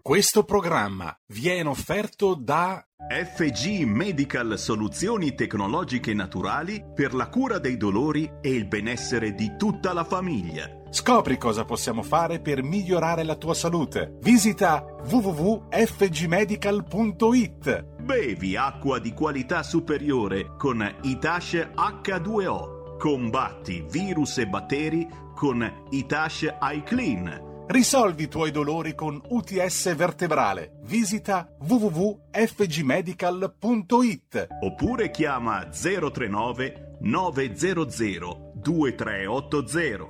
Questo programma viene offerto da FG Medical Soluzioni tecnologiche naturali per la cura dei dolori e il benessere di tutta la famiglia. Scopri cosa possiamo fare per migliorare la tua salute. Visita www.fgmedical.it. Bevi acqua di qualità superiore con Itash H2O. Combatti virus e batteri con Itash iClean. Risolvi i tuoi dolori con UTS vertebrale. Visita www.fgmedical.it. Oppure chiama 039 900 2380.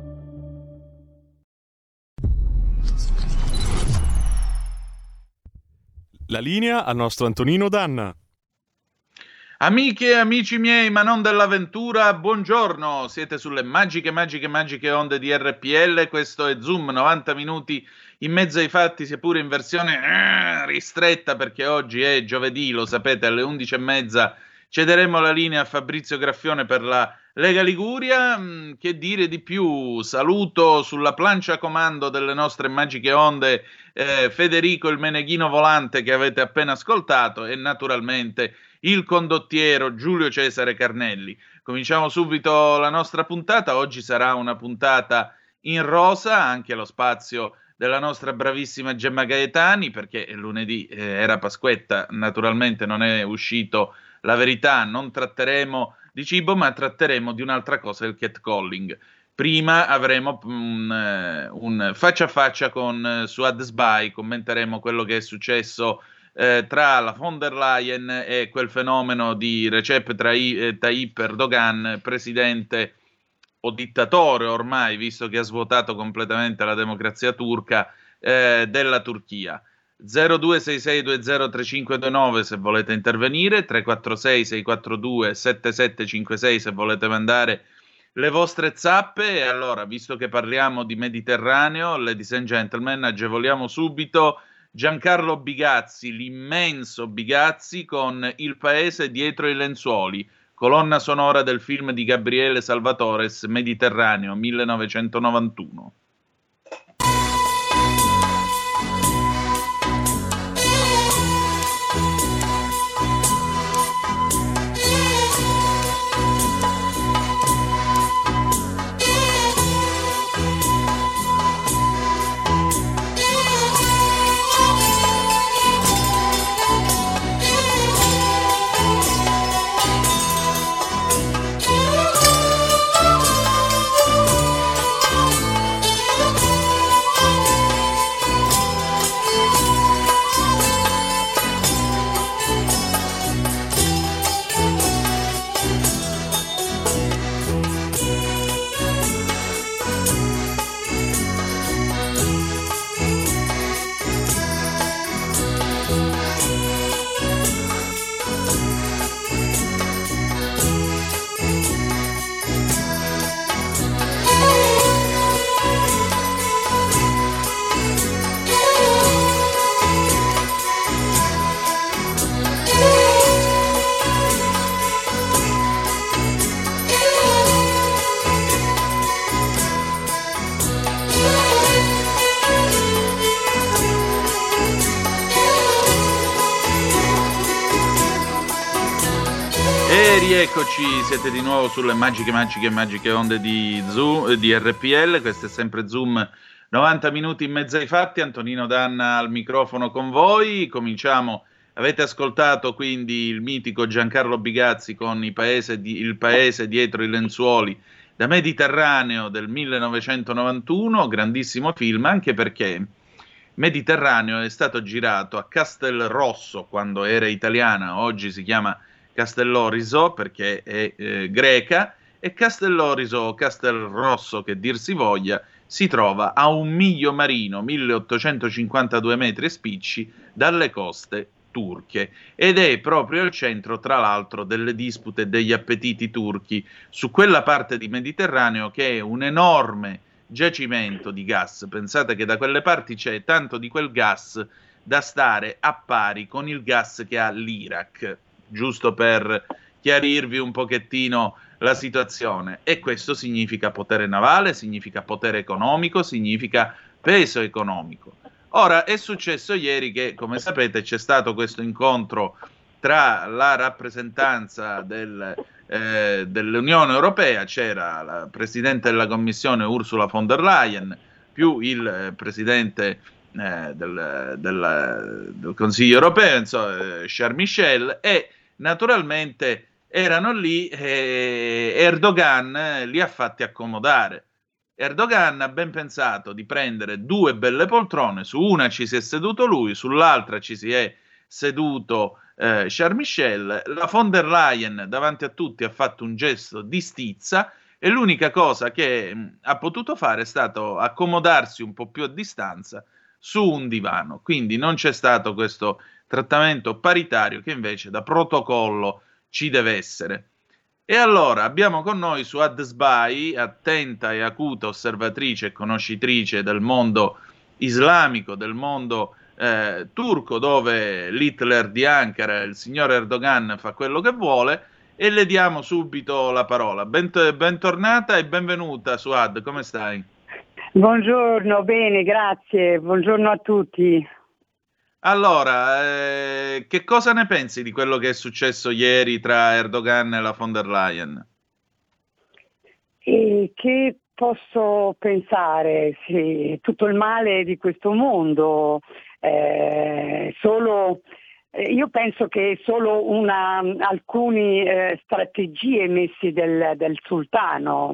La linea al nostro Antonino Danna. Amiche e amici miei, ma non dell'avventura, buongiorno, siete sulle magiche onde di RPL, questo è Zoom, 90 minuti in mezzo ai fatti, sia pure in versione ristretta, perché oggi è giovedì, lo sapete, alle 11:30 cederemo la linea a Fabrizio Graffione per la Lega Liguria. Che dire di più? Saluto sulla plancia comando delle nostre magiche onde Federico il Meneghino Volante che avete appena ascoltato e naturalmente il condottiero Giulio Cesare Carnelli. Cominciamo subito la nostra puntata. Oggi sarà una puntata in rosa, anche lo spazio della nostra bravissima Gemma Gaetani, perché lunedì era Pasquetta, naturalmente non è uscito La Verità, non tratteremo di cibo, ma tratteremo di un'altra cosa, il catcalling. Prima avremo un faccia a faccia con Suad Sbai, commenteremo quello che è successo tra la von der Leyen e quel fenomeno di Recep Tayyip Erdogan, presidente o dittatore ormai, visto che ha svuotato completamente la democrazia turca, della Turchia. 0266203529 se volete intervenire, 346 642 7756 se volete mandare le vostre zappe. E allora, visto che parliamo di Mediterraneo, ladies and gentlemen, agevoliamo subito Giancarlo Bigazzi, l'immenso Bigazzi, con Il paese dietro i lenzuoli, colonna sonora del film di Gabriele Salvatores, Mediterraneo 1991. Eccoci, siete di nuovo sulle magiche onde di Zoom, di RPL. Questo è sempre Zoom, 90 minuti in mezzo ai fatti. Antonino Danna al microfono con voi. Cominciamo. Avete ascoltato quindi il mitico Giancarlo Bigazzi con Il paese dietro i lenzuoli, da Mediterraneo del 1991, grandissimo film, anche perché Mediterraneo è stato girato a Castelrosso quando era italiana, oggi si chiama Castellorizo perché è greca, e Castellorizo o Castelrosso che dir si voglia si trova a 1 miglio marino, 1852 metri e spicci dalle coste turche, ed è proprio al centro, tra l'altro, delle dispute e degli appetiti turchi su quella parte di Mediterraneo che è un enorme giacimento di gas. Pensate che da quelle parti c'è tanto di quel gas da stare a pari con il gas che ha l'Iraq, giusto per chiarirvi un pochettino la situazione. E questo significa potere navale, significa potere economico, significa peso economico. Ora, è successo ieri che, come sapete, c'è stato questo incontro tra la rappresentanza dell'Unione Europea, c'era la Presidente della Commissione Ursula von der Leyen, più il Presidente del Consiglio Europeo, insomma, Charles Michel, e naturalmente erano lì e Erdogan li ha fatti accomodare. Erdogan ha ben pensato di prendere due belle poltrone, su una ci si è seduto lui, sull'altra ci si è seduto Charles Michel. La von der Leyen davanti a tutti ha fatto un gesto di stizza e l'unica cosa che ha potuto fare è stato accomodarsi un po' più a distanza su un divano. Quindi non c'è stato questo trattamento paritario che invece da protocollo ci deve essere. E allora abbiamo con noi su Sbai, attenta e acuta osservatrice e conoscitrice del mondo islamico, del mondo turco, dove l'Hitler di Ankara, il signor Erdogan, fa quello che vuole, e le diamo subito la parola. Bentornata e benvenuta Suad, come stai? Buongiorno, bene, grazie, buongiorno a tutti. Allora, che cosa ne pensi di quello che è successo ieri tra Erdogan e la von der Leyen? E che posso pensare? Sì, tutto il male di questo mondo, io penso che solo alcune strategie messe del sultano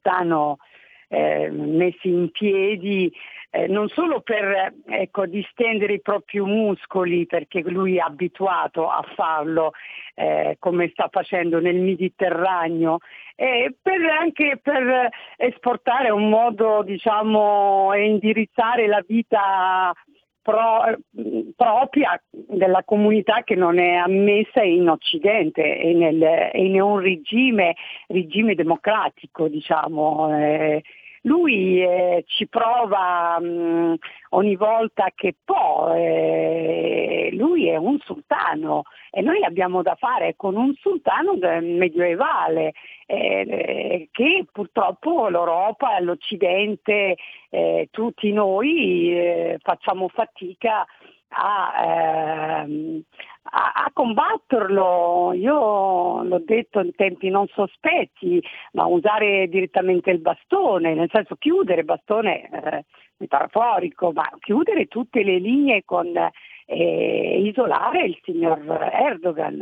messi in piedi, non solo per distendere i propri muscoli, perché lui è abituato a farlo come sta facendo nel Mediterraneo, anche per esportare un modo, diciamo, e indirizzare la vita propria della comunità che non è ammessa in Occidente e in un regime democratico, diciamo. Lui ci prova ogni volta che può, lui è un sultano e noi abbiamo da fare con un sultano medioevale che purtroppo l'Europa, l'Occidente, tutti noi facciamo fatica a combatterlo. Io l'ho detto in tempi non sospetti, ma usare direttamente il bastone, nel senso chiudere bastone metaforico, ma chiudere tutte le linee con isolare il signor Erdogan.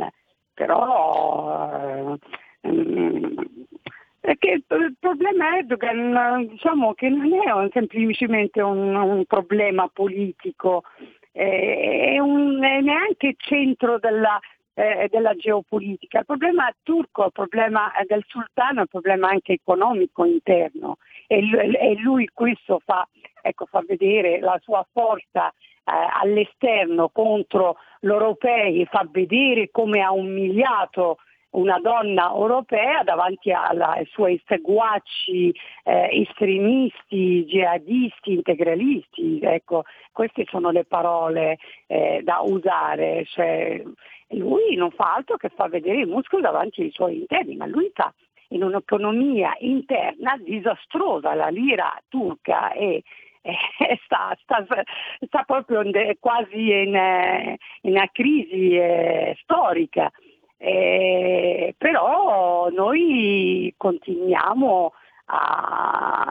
Però perché il problema Erdogan, diciamo che non è semplicemente un problema politico, è neanche centro della geopolitica. Il problema turco, il problema del sultano è un problema anche economico interno e lui questo fa vedere la sua forza all'esterno contro gli europei, fa vedere come ha umiliato una donna europea davanti ai suoi seguaci estremisti, jihadisti, integralisti. Ecco, queste sono le parole da usare. Cioè, lui non fa altro che fa vedere i muscoli davanti ai suoi interni, ma lui sta in un'economia interna disastrosa. La lira turca sta proprio quasi in una crisi storica. Però noi continuiamo a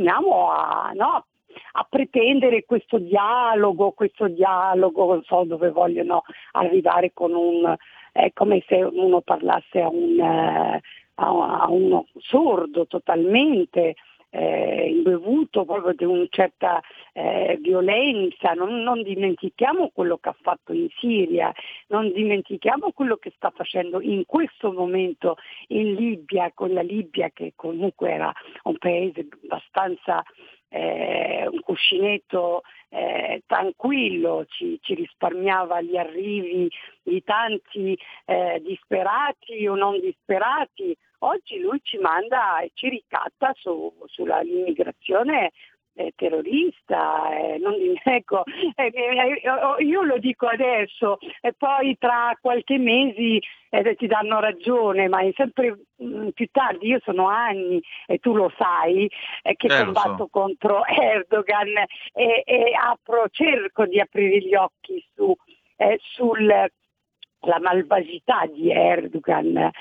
pretendere questo dialogo, non so dove vogliono arrivare con è come se uno parlasse a uno sordo totalmente, imbevuto proprio di una certa violenza. Non dimentichiamo quello che ha fatto in Siria, non dimentichiamo quello che sta facendo in questo momento in Libia, con la Libia che comunque era un paese abbastanza un cuscinetto tranquillo, ci risparmiava gli arrivi di tanti disperati o non disperati. Oggi lui ci manda e ci ricatta sulla immigrazione terrorista, ecco, io lo dico adesso e poi tra qualche mesi ti danno ragione, ma è sempre più tardi. Io sono anni, e tu lo sai, che combatto contro Erdogan e cerco di aprire gli occhi sulla malvagità di Erdogan,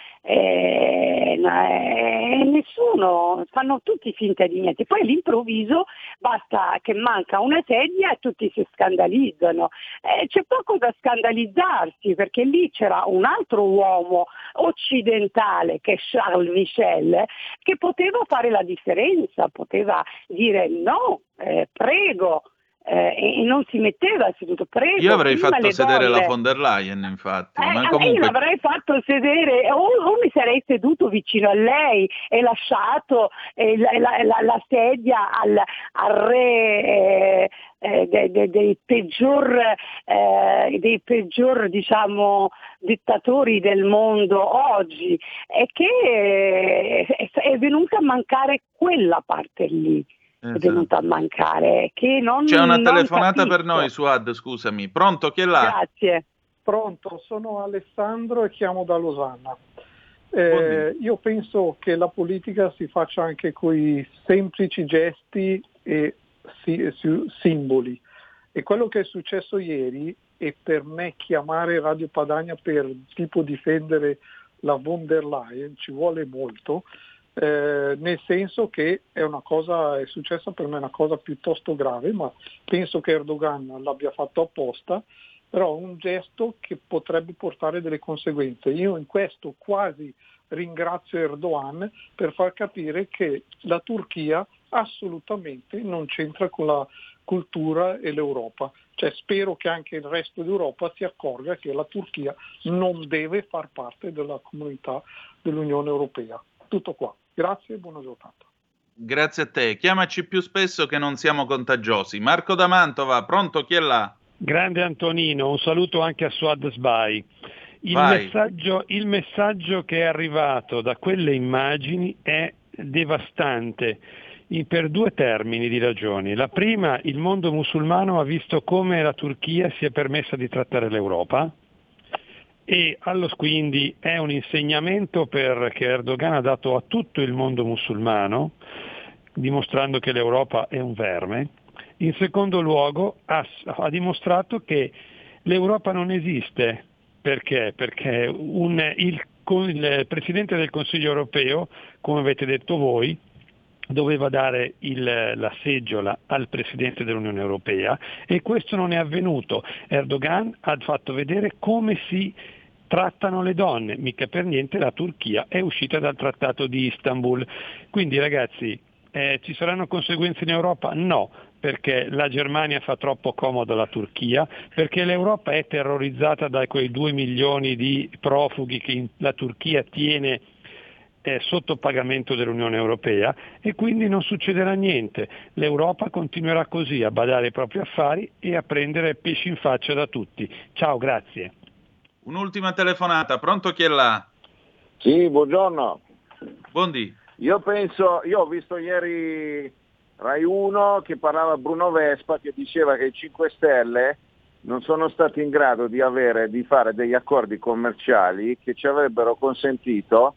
nessuno, fanno tutti finta di niente. Poi all'improvviso basta che manca una sedia e tutti si scandalizzano. C'è poco da scandalizzarsi, perché lì c'era un altro uomo occidentale, che è Charles Michel, che poteva fare la differenza, poteva dire no, prego. E non si metteva seduto, prego. Io avrei fatto sedere la von der Leyen, infatti. Ma comunque... Io l'avrei fatto sedere, o mi sarei seduto vicino a lei e lasciato la sedia al re dei peggior diciamo dittatori del mondo oggi, e che è venuta a mancare quella parte lì. È venuta a mancare, che non c'è una telefonata capisco. per noi, Suad, scusami. Pronto, chi è là? Grazie. Pronto, sono Alessandro e chiamo da Losanna. Io penso che la politica si faccia anche con i semplici gesti e simboli, e quello che è successo ieri, e per me chiamare Radio Padania per tipo difendere la von der Leyen ci vuole molto, nel senso che è successa per me una cosa piuttosto grave, ma penso che Erdogan l'abbia fatto apposta, però un gesto che potrebbe portare delle conseguenze. Io in questo quasi ringrazio Erdogan per far capire che la Turchia assolutamente non c'entra con la cultura e l'Europa. Cioè, spero che anche il resto d'Europa si accorga che la Turchia non deve far parte della comunità dell'Unione Europea. Tutto qua. Grazie e buona giornata. Grazie a te. Chiamaci più spesso che non siamo contagiosi. Marco da Mantova, pronto, chi è là? Grande Antonino, un saluto anche a Suad Sbai. Il messaggio che è arrivato da quelle immagini è devastante per due termini di ragioni. La prima, il mondo musulmano ha visto come la Turchia si è permessa di trattare l'Europa, e quindi è un insegnamento che Erdogan ha dato a tutto il mondo musulmano, dimostrando che l'Europa è un verme. In secondo luogo ha dimostrato che l'Europa non esiste. Perché? Perché il Presidente del Consiglio europeo, come avete detto voi, doveva dare la seggiola al Presidente dell'Unione Europea, e questo non è avvenuto. Erdogan ha fatto vedere come si trattano le donne, mica per niente la Turchia è uscita dal Trattato di Istanbul. Quindi ragazzi, ci saranno conseguenze in Europa? No, perché la Germania fa troppo comodo alla Turchia, perché l'Europa è terrorizzata da quei 2 milioni di profughi che la Turchia tiene sotto pagamento dell'Unione Europea, e quindi non succederà niente. L'Europa continuerà così a badare ai propri affari e a prendere pesci in faccia da tutti. Ciao, grazie. Un'ultima telefonata, pronto, chi è là? Sì, buongiorno. Buondì. Io ho visto ieri Rai 1 che parlava Bruno Vespa, che diceva che i 5 Stelle non sono stati in grado di fare degli accordi commerciali che ci avrebbero consentito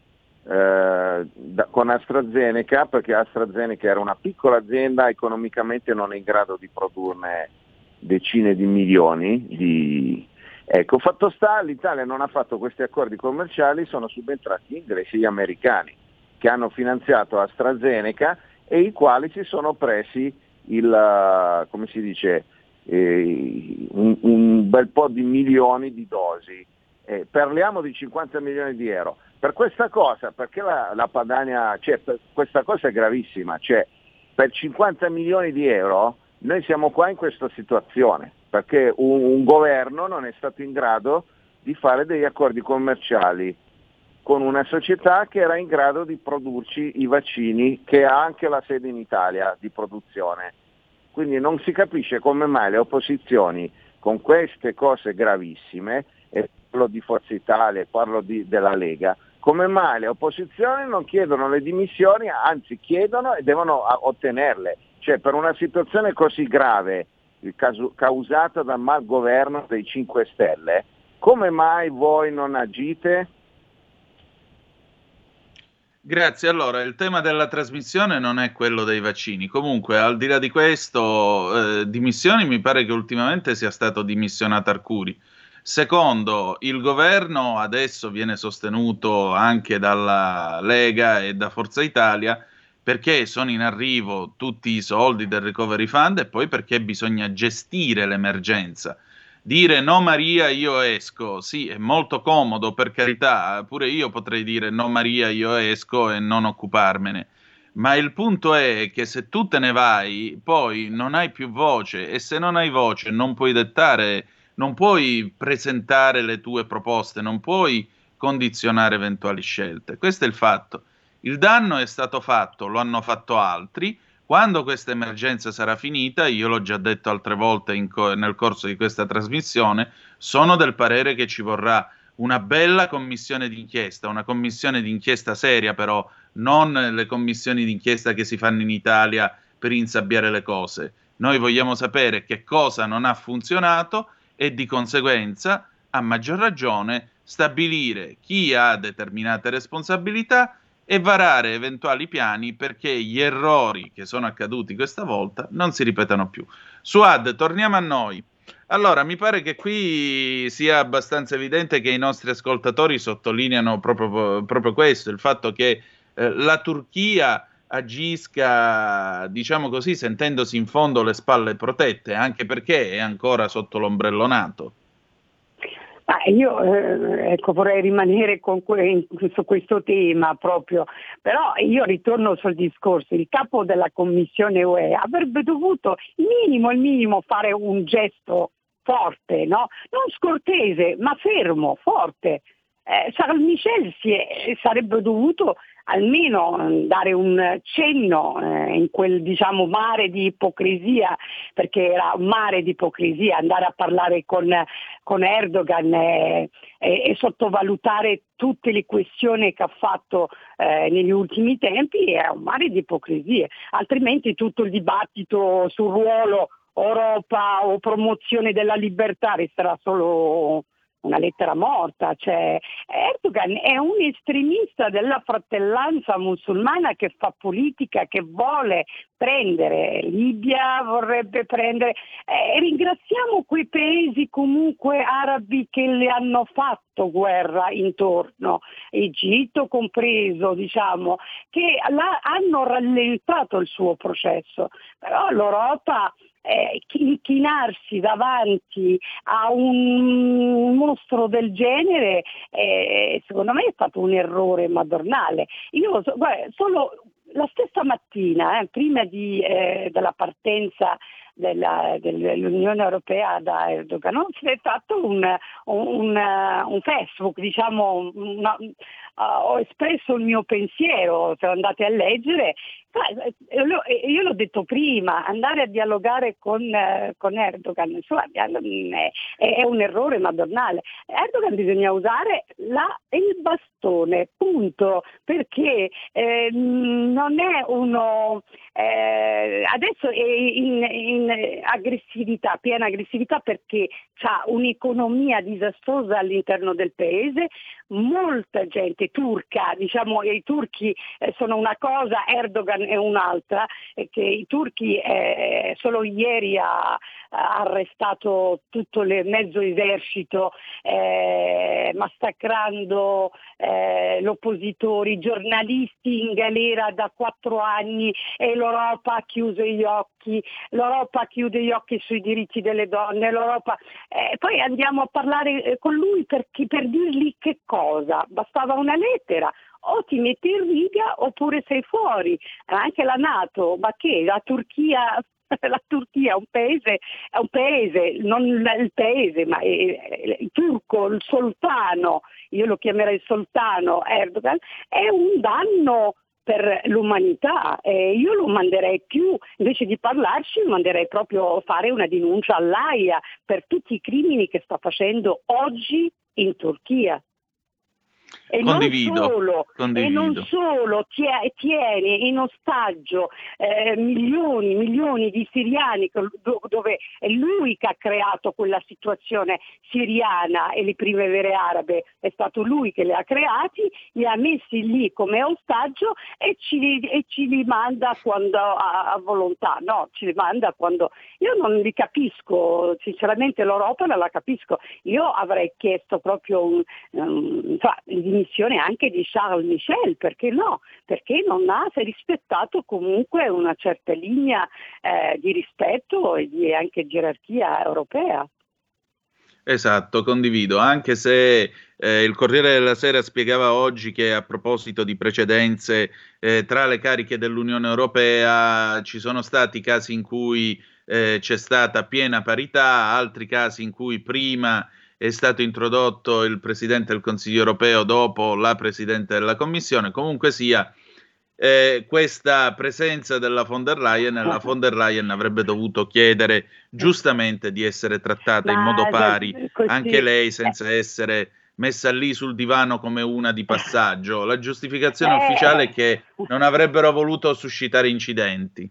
con AstraZeneca, perché AstraZeneca era una piccola azienda, economicamente non è in grado di produrne decine di milioni Ecco, fatto sta, l'Italia non ha fatto questi accordi commerciali, sono subentrati gli inglesi e gli americani, che hanno finanziato AstraZeneca e i quali si sono presi un bel po' di milioni di dosi. Parliamo di 50 milioni di euro. Per questa cosa, perché la Padania, questa cosa è gravissima, per 50 milioni di euro noi siamo qua in questa situazione, perché un governo non è stato in grado di fare degli accordi commerciali con una società che era in grado di produrci i vaccini, che ha anche la sede in Italia di produzione. Quindi non si capisce come mai le opposizioni, con queste cose gravissime, e parlo di Forza Italia, parlo della Lega, come mai le opposizioni non chiedono le dimissioni, anzi chiedono e devono ottenerle. Cioè, per una situazione così grave, causata dal malgoverno dei 5 Stelle, come mai voi non agite? Grazie. Allora, il tema della trasmissione non è quello dei vaccini. Comunque, al di là di questo, dimissioni, mi pare che ultimamente sia stato dimissionato Arcuri. Secondo, il governo adesso viene sostenuto anche dalla Lega e da Forza Italia perché sono in arrivo tutti i soldi del Recovery Fund e poi perché bisogna gestire l'emergenza. Dire no Maria, io esco, sì, è molto comodo, per carità, pure io potrei dire no Maria, io esco e non occuparmene, ma il punto è che se tu te ne vai, poi non hai più voce e se non hai voce non puoi dettare, non puoi presentare le tue proposte, non puoi condizionare eventuali scelte. Questo è il fatto. Il danno è stato fatto, lo hanno fatto altri. Quando questa emergenza sarà finita, io l'ho già detto altre volte nel corso di questa trasmissione, sono del parere che ci vorrà una bella commissione d'inchiesta, una commissione d'inchiesta seria però, non le commissioni d'inchiesta che si fanno in Italia per insabbiare le cose. Noi vogliamo sapere che cosa non ha funzionato e di conseguenza, a maggior ragione, stabilire chi ha determinate responsabilità e varare eventuali piani perché gli errori che sono accaduti questa volta non si ripetano più. Suad, torniamo a noi. Allora, mi pare che qui sia abbastanza evidente che i nostri ascoltatori sottolineano proprio questo, il fatto che la Turchia agisca, diciamo così, sentendosi in fondo le spalle protette, anche perché è ancora sotto l'ombrello NATO. Io vorrei rimanere su questo tema proprio, però io ritorno sul discorso, il capo della Commissione UE avrebbe dovuto il minimo fare un gesto forte, no? Non scortese, ma fermo, forte. Charles Michel sarebbe dovuto almeno dare un cenno in quel mare di ipocrisia, perché era un mare di ipocrisia andare a parlare con Erdogan e sottovalutare tutte le questioni che ha fatto negli ultimi tempi, era un mare di ipocrisia, altrimenti tutto il dibattito sul ruolo Europa o promozione della libertà resterà solo una lettera morta. Cioè, Erdogan è un estremista della fratellanza musulmana che fa politica, che vuole prendere Libia, vorrebbe prendere, ringraziamo quei paesi comunque arabi che le hanno fatto guerra intorno, Egitto compreso, che hanno rallentato il suo processo, però l'Europa inchinarsi davanti a un mostro del genere secondo me è stato un errore madornale. Solo la stessa mattina, prima della partenza dell'Unione Europea da Erdogan, si è fatto un Facebook, ho espresso il mio pensiero, se andate a leggere. Io l'ho detto prima, andare a dialogare con Erdogan è un errore madornale. Erdogan bisogna usare il bastone, punto, perché non è uno adesso è in aggressività, piena aggressività, perché c'ha un'economia disastrosa all'interno del paese, molta gente turca, i turchi sono una cosa, Erdogan è un'altra, che i turchi solo ieri ha arrestato tutto il mezzo esercito, massacrando gli oppositori, giornalisti in galera da 4 anni, e l'Europa ha chiuso gli occhi, l'Europa chiude gli occhi sui diritti delle donne, l'Europa poi andiamo a parlare con lui per dirgli che cosa? Bastava una lettera, o ti metti in riga oppure sei fuori. Anche la NATO, ma che la Turchia è un paese, non il paese, ma il turco, il sultano, io lo chiamerei sultano Erdogan, è un danno per l'umanità, io lo manderei invece di parlarci, manderei proprio fare una denuncia all'AIA per tutti i crimini che sta facendo oggi in Turchia. Condivido. E non solo tiene in ostaggio milioni di siriani, dove è lui che ha creato quella situazione siriana e le primavere arabe, è stato lui che le ha creati, li ha messi lì come ostaggio e ci li manda quando ha volontà, no, ci li manda quando... Io non li capisco, sinceramente l'Europa non la capisco, io avrei chiesto proprio le dimissioni anche di Charles Michel, perché no? Perché non ha rispettato comunque una certa linea di rispetto e anche gerarchia europea. Esatto, condivido, anche se il Corriere della Sera spiegava oggi che a proposito di precedenze tra le cariche dell'Unione Europea ci sono stati casi in cui c'è stata piena parità, altri casi in cui prima è stato introdotto il Presidente del Consiglio Europeo, dopo la Presidente della Commissione. Comunque sia, questa presenza della von der Leyen, la von der Leyen avrebbe dovuto chiedere giustamente di essere trattata in modo pari, anche lei, senza essere messa lì sul divano come una di passaggio. La giustificazione ufficiale è che non avrebbero voluto suscitare incidenti.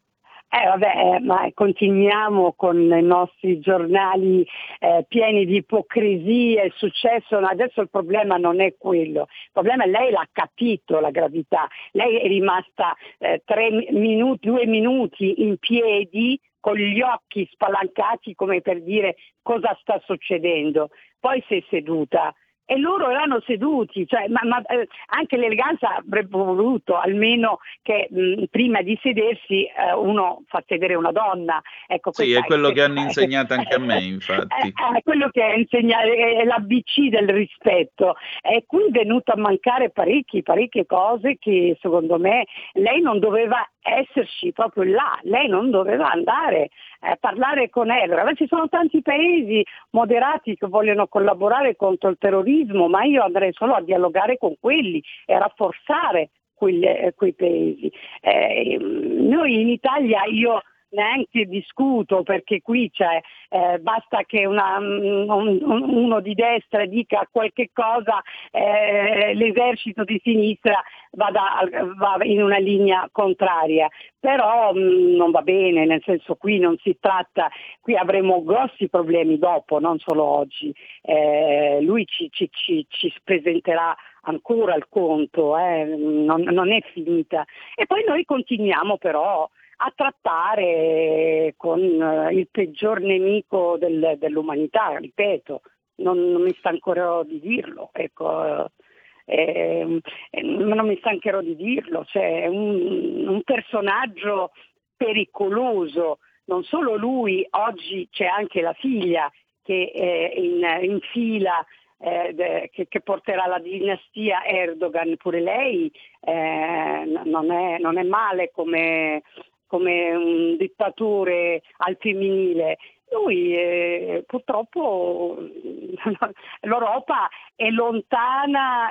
Ma continuiamo con i nostri giornali pieni di ipocrisia e successo. No, adesso il problema non è quello, il problema è lei l'ha capito la gravità, lei è rimasta 2 minuti in piedi con gli occhi spalancati come per dire cosa sta succedendo, poi si è seduta. E loro erano seduti, ma anche l'eleganza avrebbe voluto almeno che prima di sedersi uno fa sedere una donna. Ecco, sì, è quello che hanno insegnato anche a me, infatti. È quello che è l'ABC del rispetto. E qui è venuto a mancare parecchie cose che secondo me lei non doveva esserci proprio là, lei non doveva andare a parlare con Erdogan. Ci sono tanti paesi moderati che vogliono collaborare contro il terrorismo, ma io andrei solo a dialogare con quelli e a rafforzare quei paesi. Noi in Italia io neanche discuto, perché qui basta che uno di destra dica qualche cosa, l'esercito di sinistra va in una linea contraria, però non va bene, nel senso qui non si tratta, qui avremo grossi problemi dopo, non solo oggi. Lui ci presenterà ancora il conto, non è finita. E poi noi continuiamo però a trattare con il peggior nemico dell'umanità, ripeto, non mi stancherò di dirlo, ecco, non mi stancherò di dirlo, c'è un personaggio pericoloso, non solo lui, oggi c'è anche la figlia che è in fila, che porterà la dinastia Erdogan, pure lei non è male come un dittatore al femminile. Lui purtroppo l'Europa è lontana,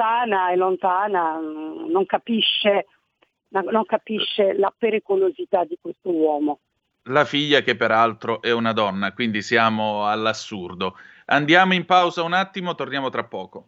non capisce la pericolosità di questo uomo. La figlia, che peraltro è una donna, quindi siamo all'assurdo. Andiamo in pausa un attimo, torniamo tra poco.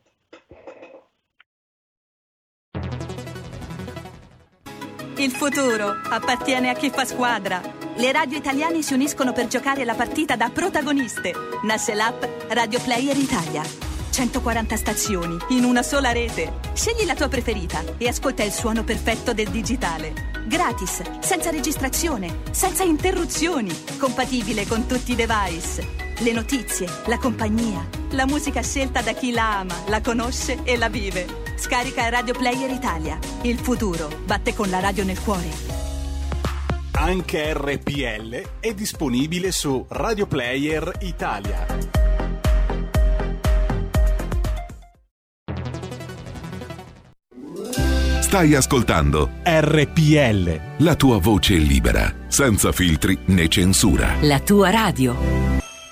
Il futuro appartiene a chi fa squadra. Le radio italiane si uniscono per giocare la partita da protagoniste. Nasce l'app Radio Player Italia. 140 stazioni in una sola rete. Scegli la tua preferita e ascolta il suono perfetto del digitale. Gratis, senza registrazione, senza interruzioni. Compatibile con tutti i device. Le notizie, la compagnia, la musica scelta da chi la ama, la conosce e la vive. Scarica Radio Player Italia. Il futuro batte con la radio nel cuore. Anche RPL è disponibile su Radio Player Italia. Stai ascoltando RPL, la tua voce libera, senza filtri né censura. La tua radio.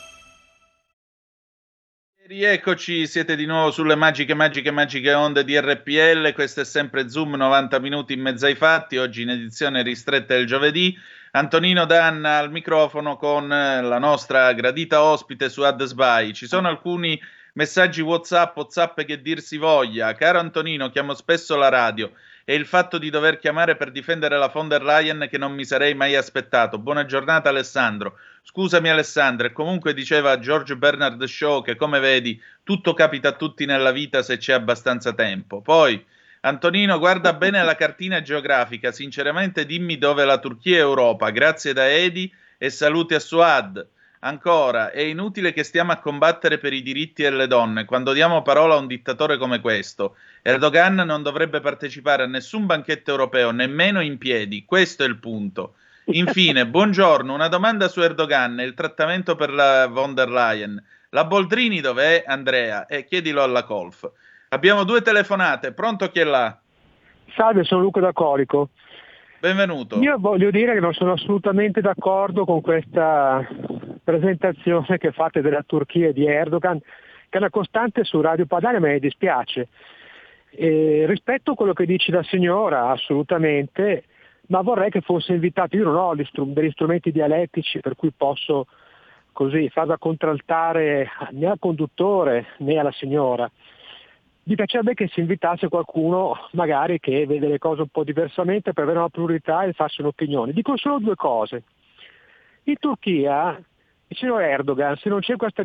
Rieccoci, siete di nuovo sulle magiche onde di RPL. Questo è sempre Zoom, 90 minuti in mezzo ai fatti, oggi in edizione ristretta del giovedì. Antonino Danna al microfono con la nostra gradita ospite Suad Sbai. Ci sono alcuni messaggi WhatsApp che dir si voglia. Caro Antonino, chiamo spesso la radio. È il fatto di dover chiamare per difendere la von der Leyen che non mi sarei mai aspettato. Buona giornata Alessandro. Scusami Alessandro, e comunque diceva George Bernard Shaw che come vedi tutto capita a tutti nella vita se c'è abbastanza tempo. Poi Antonino, guarda bene la cartina geografica, sinceramente dimmi dove la Turchia è Europa. Grazie da Edi e saluti a Suad. Ancora, è inutile che stiamo a combattere per i diritti delle donne quando diamo parola a un dittatore come questo. Erdogan non dovrebbe partecipare a nessun banchetto europeo, nemmeno in piedi. Questo è il punto. Infine, buongiorno, una domanda su Erdogan e il trattamento per la von der Leyen. La Boldrini dov'è, Andrea? Chiedilo alla Colf. Abbiamo 2 telefonate. Pronto, chi è là? Salve, sono Luca da Colico. Benvenuto. Io voglio dire che non sono assolutamente d'accordo con questa presentazione che fate della Turchia e di Erdogan, che è una costante su Radio Padania, ma mi dispiace. Rispetto a quello che dice la signora, assolutamente, ma vorrei che fosse invitato. Io non ho degli strumenti dialettici per cui posso così farla contraltare né al conduttore né alla signora. Mi piacerebbe che si invitasse qualcuno magari che vede le cose un po' diversamente per avere una pluralità e farsi un'opinione. Dico solo 2 cose. In Turchia, il signor Erdogan, se non c'è questa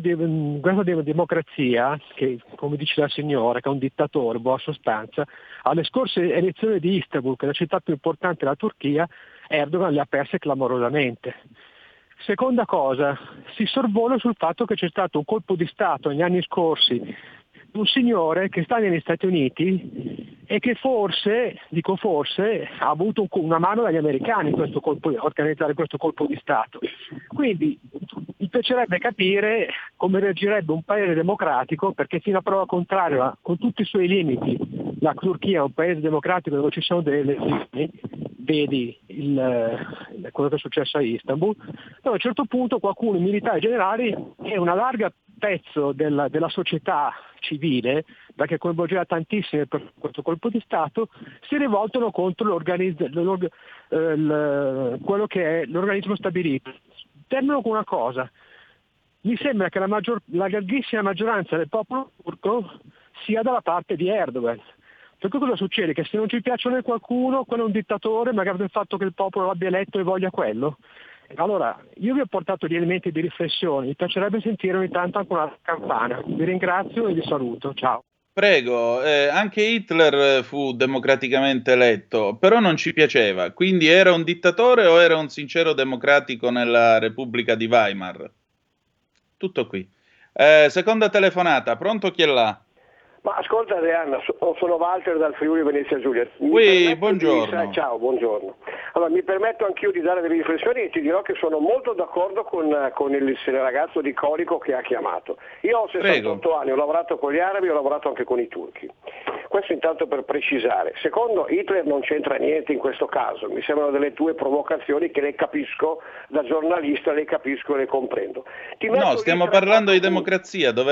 democrazia, che come dice la signora, che è un dittatore in buona sostanza, alle scorse elezioni di Istanbul, che è la città più importante della Turchia, Erdogan le ha perse clamorosamente. Seconda cosa, si sorvola sul fatto che c'è stato un colpo di Stato negli anni scorsi, un signore che sta negli Stati Uniti e che forse, dico forse, ha avuto una mano dagli americani a organizzare questo colpo di Stato. Quindi mi piacerebbe capire come reagirebbe un paese democratico, perché fino a prova contraria, con tutti i suoi limiti, la Turchia è un paese democratico dove ci sono delle elezioni, vedi quello che è successo a Istanbul, dove a un certo punto qualcuno, i militari generali e una larga pezzo della società civile, perché coinvolgeva tantissime per questo colpo di Stato, si rivoltano contro quello che è l'organismo stabilito. Termino con una cosa: mi sembra che la larghissima maggioranza del popolo turco sia dalla parte di Erdogan. Per cui cosa succede? Che se non ci piacciono qualcuno, quello è un dittatore, magari del fatto che il popolo l'abbia eletto e voglia quello. Allora, io vi ho portato gli elementi di riflessione, mi piacerebbe sentire ogni tanto anche una campana. Vi ringrazio e vi saluto, ciao. Prego, anche Hitler fu democraticamente eletto, però non ci piaceva, quindi era un dittatore o era un sincero democratico nella Repubblica di Weimar? Tutto qui. Seconda telefonata, pronto, chi è là? Ma ascolta Adriana, sono Walter dal Friuli Venezia Giulia. Buongiorno. Ciao, buongiorno. Allora, mi permetto anch'io di dare delle riflessioni e ti dirò che sono molto d'accordo con il ragazzo di Colico che ha chiamato. Io ho 68 anni, ho lavorato con gli arabi, ho lavorato anche con i turchi. Questo intanto per precisare. Secondo, Hitler non c'entra niente in questo caso, mi sembrano delle tue provocazioni che le capisco da giornalista, le capisco e le comprendo. No, stiamo parlando di democrazia, dov'è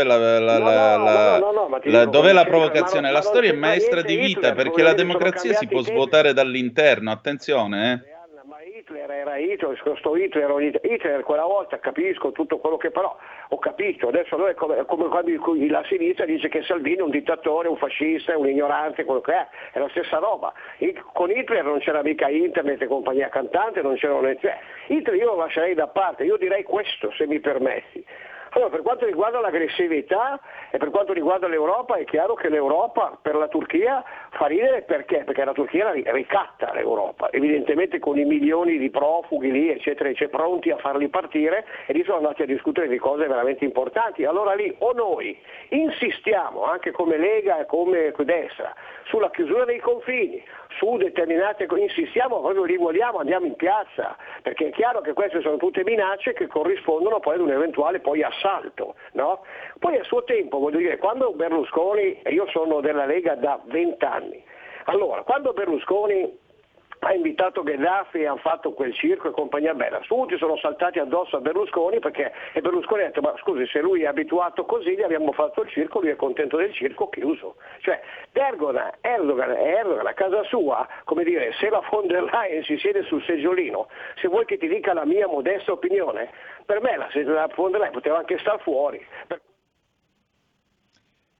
dov'è la provocazione? La storia è maestra di vita, perché la democrazia si può svuotare dall'interno, attenzione. Ma Hitler era Hitler quella volta, capisco tutto quello che però ho capito, adesso noi è come quando la sinistra dice che Salvini è un dittatore, un fascista, è un ignorante, quello che è la stessa roba. Con Hitler non c'era mica internet e compagnia cantante, non c'erano Hitler io lo lascerei da parte, io direi questo, se mi permetti. Allora, per quanto riguarda l'aggressività e per quanto riguarda l'Europa, è chiaro che l'Europa per la Turchia fa ridere perché la Turchia ricatta l'Europa, evidentemente con i milioni di profughi lì, eccetera, pronti a farli partire, e lì sono andati a discutere di cose veramente importanti. Allora lì o noi insistiamo, anche come Lega e come destra, sulla chiusura dei confini, su determinate insistiamo, proprio li vogliamo, andiamo in piazza, perché è chiaro che queste sono tutte minacce che corrispondono poi ad un eventuale poi assalto, no? Poi a suo tempo, voglio dire, quando Berlusconi, e io sono della Lega da 20 anni, allora quando Berlusconi ha invitato Gheddafi e hanno fatto quel circo e compagnia bella, tutti sono saltati addosso a Berlusconi perché e Berlusconi ha detto ma scusi, se lui è abituato così, gli abbiamo fatto il circo, lui è contento del circo, chiuso. Cioè Erdogan a casa sua, come dire, se la von der Leyen si siede sul seggiolino, se vuoi che ti dica la mia modesta opinione, per me la von der Leyen poteva anche star fuori.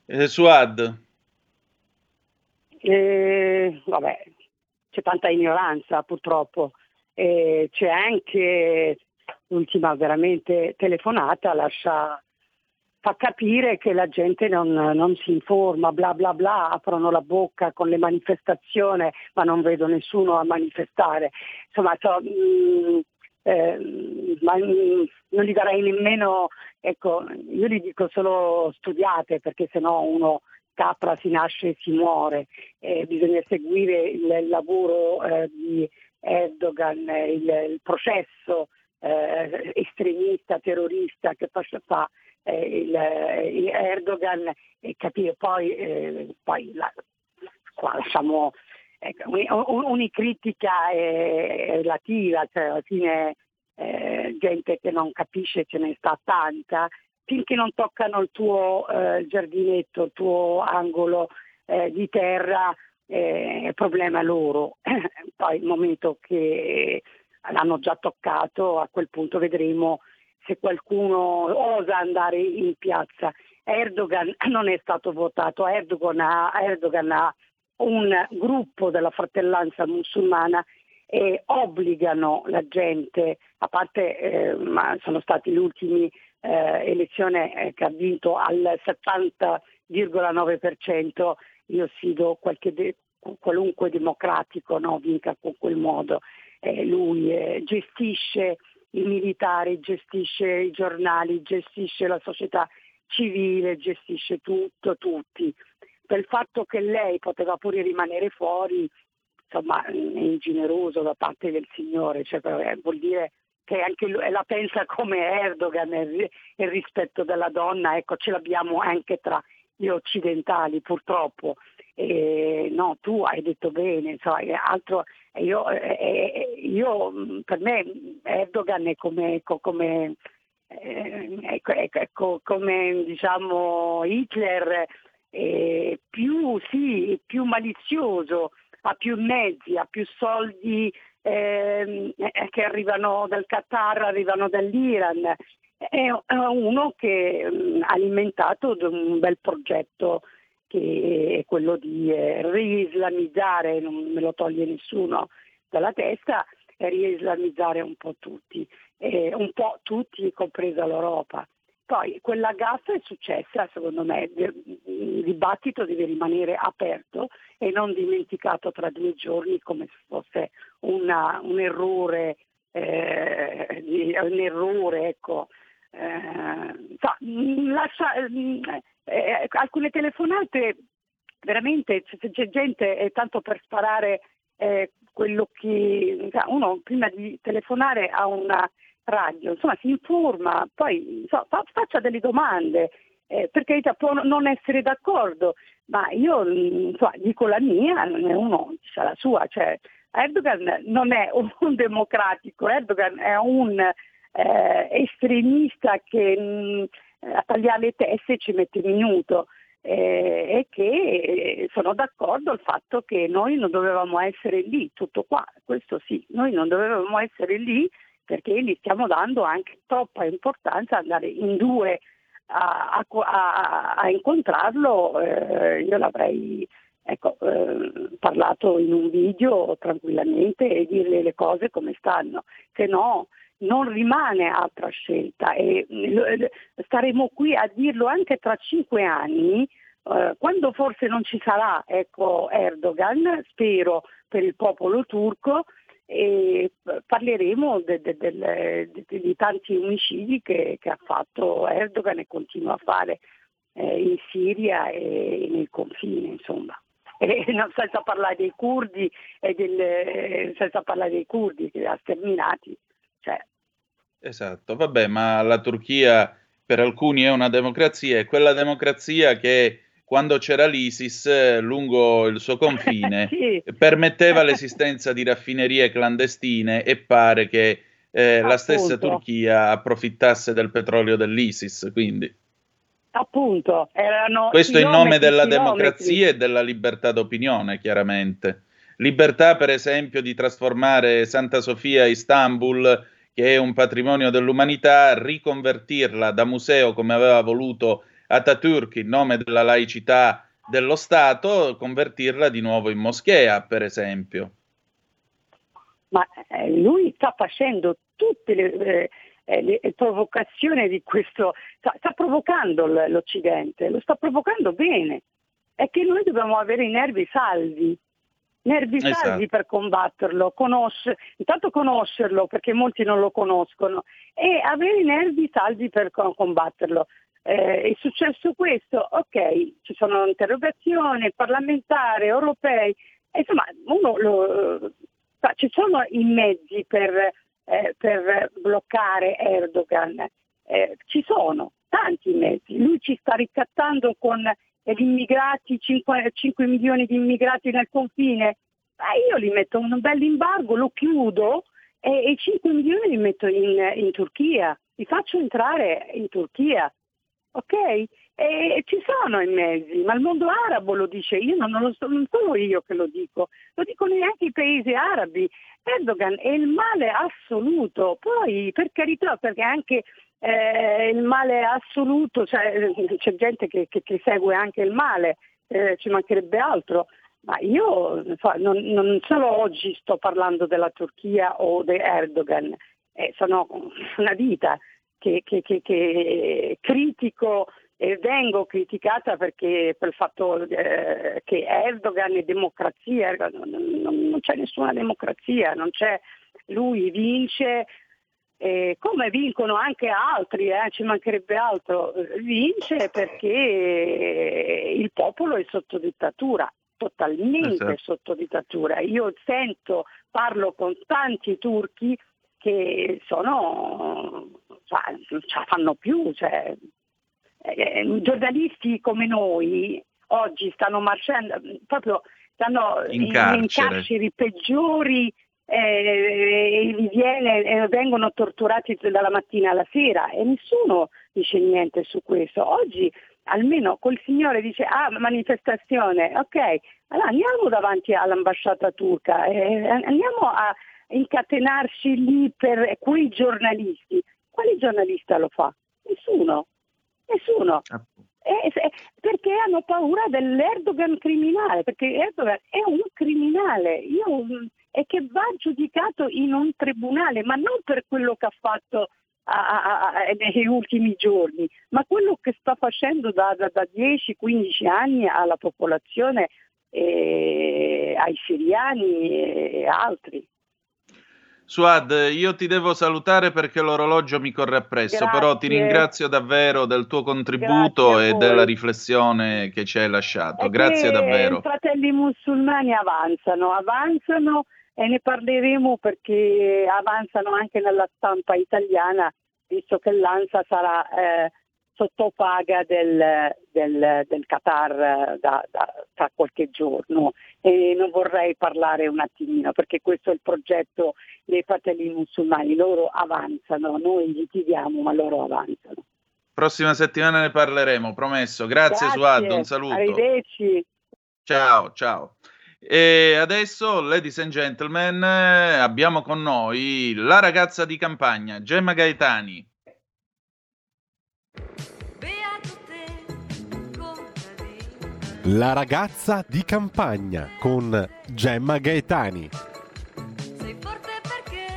Suad? Vabbè, c'è tanta ignoranza purtroppo, c'è anche l'ultima veramente telefonata, fa capire che la gente non si informa, bla bla bla, aprono la bocca con le manifestazioni ma non vedo nessuno a manifestare, insomma non gli darei nemmeno, ecco, io gli dico solo studiate, perché sennò uno capra, si nasce e si muore, bisogna seguire il lavoro di Erdogan, il processo estremista, terrorista che fa il Erdogan, e capire poi qua lasciamo, ecco, ogni critica è relativa, cioè alla fine gente che non capisce ce ne sta tanta, finché non toccano il tuo giardinetto, il tuo angolo di terra, è problema loro. Poi il momento che l'hanno già toccato, a quel punto vedremo se qualcuno osa andare in piazza. Erdogan non è stato votato, Erdogan ha un gruppo della fratellanza musulmana e obbligano la gente, a parte ma sono stati le ultime elezioni che ha vinto al 70,9%, io sfido qualunque democratico vinca con quel modo. Lui gestisce i militari, gestisce i giornali, gestisce la società civile, gestisce tutto, tutti. Per il fatto che lei poteva pure rimanere fuori, insomma, è ingeneroso da parte del Signore, cioè, vuol dire che anche lui la pensa come Erdogan, il rispetto della donna, ecco, ce l'abbiamo anche tra gli occidentali purtroppo. No, tu hai detto bene, insomma, altro, io per me Erdogan è come diciamo Hitler, più malizioso, ha più mezzi, ha più soldi che arrivano dal Qatar, arrivano dall'Iran, è uno che ha alimentato un bel progetto che è quello di reislamizzare, non me lo toglie nessuno dalla testa, reislamizzare un po' tutti, compresa l'Europa. Poi quella gaffa è successa, secondo me, il dibattito deve rimanere aperto e non dimenticato tra 2 giorni come se fosse un errore, ecco. Alcune telefonate veramente c'è gente, tanto per sparare quello che uno prima di telefonare a una radio, insomma, si informa, poi faccia delle domande, perché può non essere d'accordo, ma io dico la mia, uno dice la sua, cioè Erdogan non è un democratico, Erdogan è un estremista che a tagliare le teste ci mette un minuto, e che sono d'accordo al fatto che noi non dovevamo essere lì, tutto qua, questo sì, noi non dovevamo essere lì perché gli stiamo dando anche troppa importanza, andare in 2 a incontrarlo, io l'avrei parlato in un video tranquillamente e dirle le cose come stanno, se no non rimane altra scelta e staremo qui a dirlo anche tra 5 anni, quando forse non ci sarà Erdogan, spero per il popolo turco, e parleremo di tanti omicidi che ha fatto Erdogan e continua a fare in Siria e nel confine, insomma. Senza parlare dei curdi senza parlare dei curdi che ha sterminati. Esatto, vabbè, ma la Turchia per alcuni è una democrazia, è quella democrazia che quando c'era l'ISIS lungo il suo confine sì, permetteva l'esistenza di raffinerie clandestine e pare che la stessa Turchia approfittasse del petrolio dell'ISIS, quindi appunto questo in nome della democrazia e della libertà d'opinione, chiaramente. Libertà, per esempio, di trasformare Santa Sofia a Istanbul, che è un patrimonio dell'umanità, riconvertirla da museo come aveva voluto Atatürk in nome della laicità dello Stato, convertirla di nuovo in moschea, per esempio. Ma lui sta facendo tutte le provocazioni di questo, sta provocando l'Occidente, lo sta provocando bene. È che noi dobbiamo avere i nervi saldi per combatterlo, intanto conoscerlo, perché molti non lo conoscono, e avere i nervi saldi per combatterlo. È successo questo, ok, ci sono interrogazioni parlamentari, europei, insomma ci sono i mezzi per bloccare Erdogan, ci sono tanti mezzi, lui ci sta ricattando con gli immigrati, 5 milioni di immigrati nel confine, io li metto un bel embargo, lo chiudo e 5 milioni li metto in Turchia, li faccio entrare in Turchia, ok? E ci sono i mezzi, ma il mondo arabo lo dice, non solo io che lo dicono neanche i paesi arabi. Erdogan è il male assoluto, poi per carità, perché anche il male assoluto, c'è gente che segue anche il male, ci mancherebbe altro, ma io non solo oggi sto parlando della Turchia o di Erdogan, sono una vita che critico e vengo criticata perché per il fatto che Erdogan è democrazia, non c'è nessuna democrazia, non c'è, lui vince come vincono anche altri, ci mancherebbe altro, vince perché il popolo è sotto dittatura, totalmente sotto dittatura. Io parlo con tanti turchi che non ce la fanno più, giornalisti come noi oggi stanno marciando, proprio stanno in carceri peggiori, vengono torturati dalla mattina alla sera e nessuno dice niente su questo. Oggi almeno quel signore dice manifestazione, ok, allora andiamo davanti all'ambasciata turca, andiamo a incatenarci lì per quei giornalisti. Quale giornalista lo fa? Nessuno. Perché hanno paura dell'Erdogan criminale, perché Erdogan è un criminale e che va giudicato in un tribunale, ma non per quello che ha fatto negli ultimi giorni, ma quello che sta facendo da 10-15 anni alla popolazione, ai siriani e altri. Suad, io ti devo salutare perché l'orologio mi corre appresso, Grazie. Però ti ringrazio davvero del tuo contributo e della riflessione che ci hai lasciato. Grazie davvero. I fratelli musulmani avanzano e ne parleremo perché avanzano anche nella stampa italiana, visto che l'ANSA sarà sottopaga del Qatar tra qualche giorno, e non vorrei parlare un attimino perché questo è il progetto dei fratelli musulmani, loro avanzano, noi litighiamo ma loro avanzano. Prossima settimana ne parleremo, promesso. Grazie Suad, un saluto. Arrivederci. Ciao. E adesso, ladies and gentlemen, abbiamo con noi la ragazza di campagna, Gemma Gaetani. La ragazza di campagna con Gemma Gaetani. Sei forte perché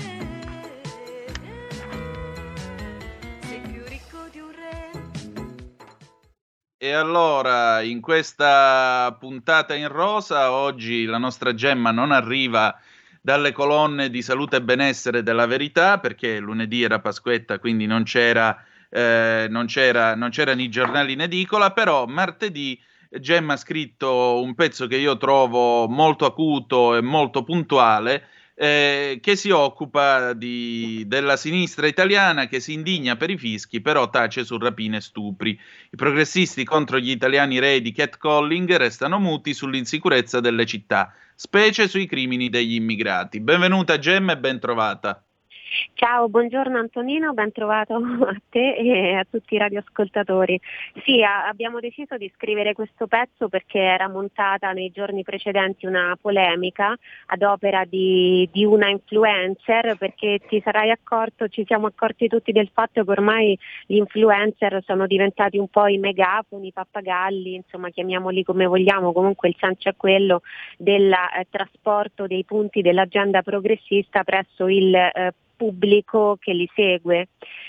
sei più ricco di un re. E allora, in questa puntata in rosa, oggi la nostra Gemma non arriva dalle colonne di Salute e Benessere della Verità, perché lunedì era Pasquetta, quindi non c'erano i giornali in edicola, però martedì Gemma ha scritto un pezzo che io trovo molto acuto e molto puntuale, che si occupa della sinistra italiana che si indigna per i fischi, però tace su rapine e stupri. I progressisti contro gli italiani rei di catcalling restano muti sull'insicurezza delle città, specie sui crimini degli immigrati. Benvenuta Gemma e ben trovata. Ciao, buongiorno Antonino, ben trovato a te e a tutti i radioascoltatori. Sì, abbiamo deciso di scrivere questo pezzo perché era montata nei giorni precedenti una polemica ad opera di una influencer, perché ci siamo accorti tutti del fatto che ormai gli influencer sono diventati un po' i megafoni, i pappagalli, insomma chiamiamoli come vogliamo, comunque il senso è quello del trasporto dei punti dell'agenda progressista presso il pubblico che li segue,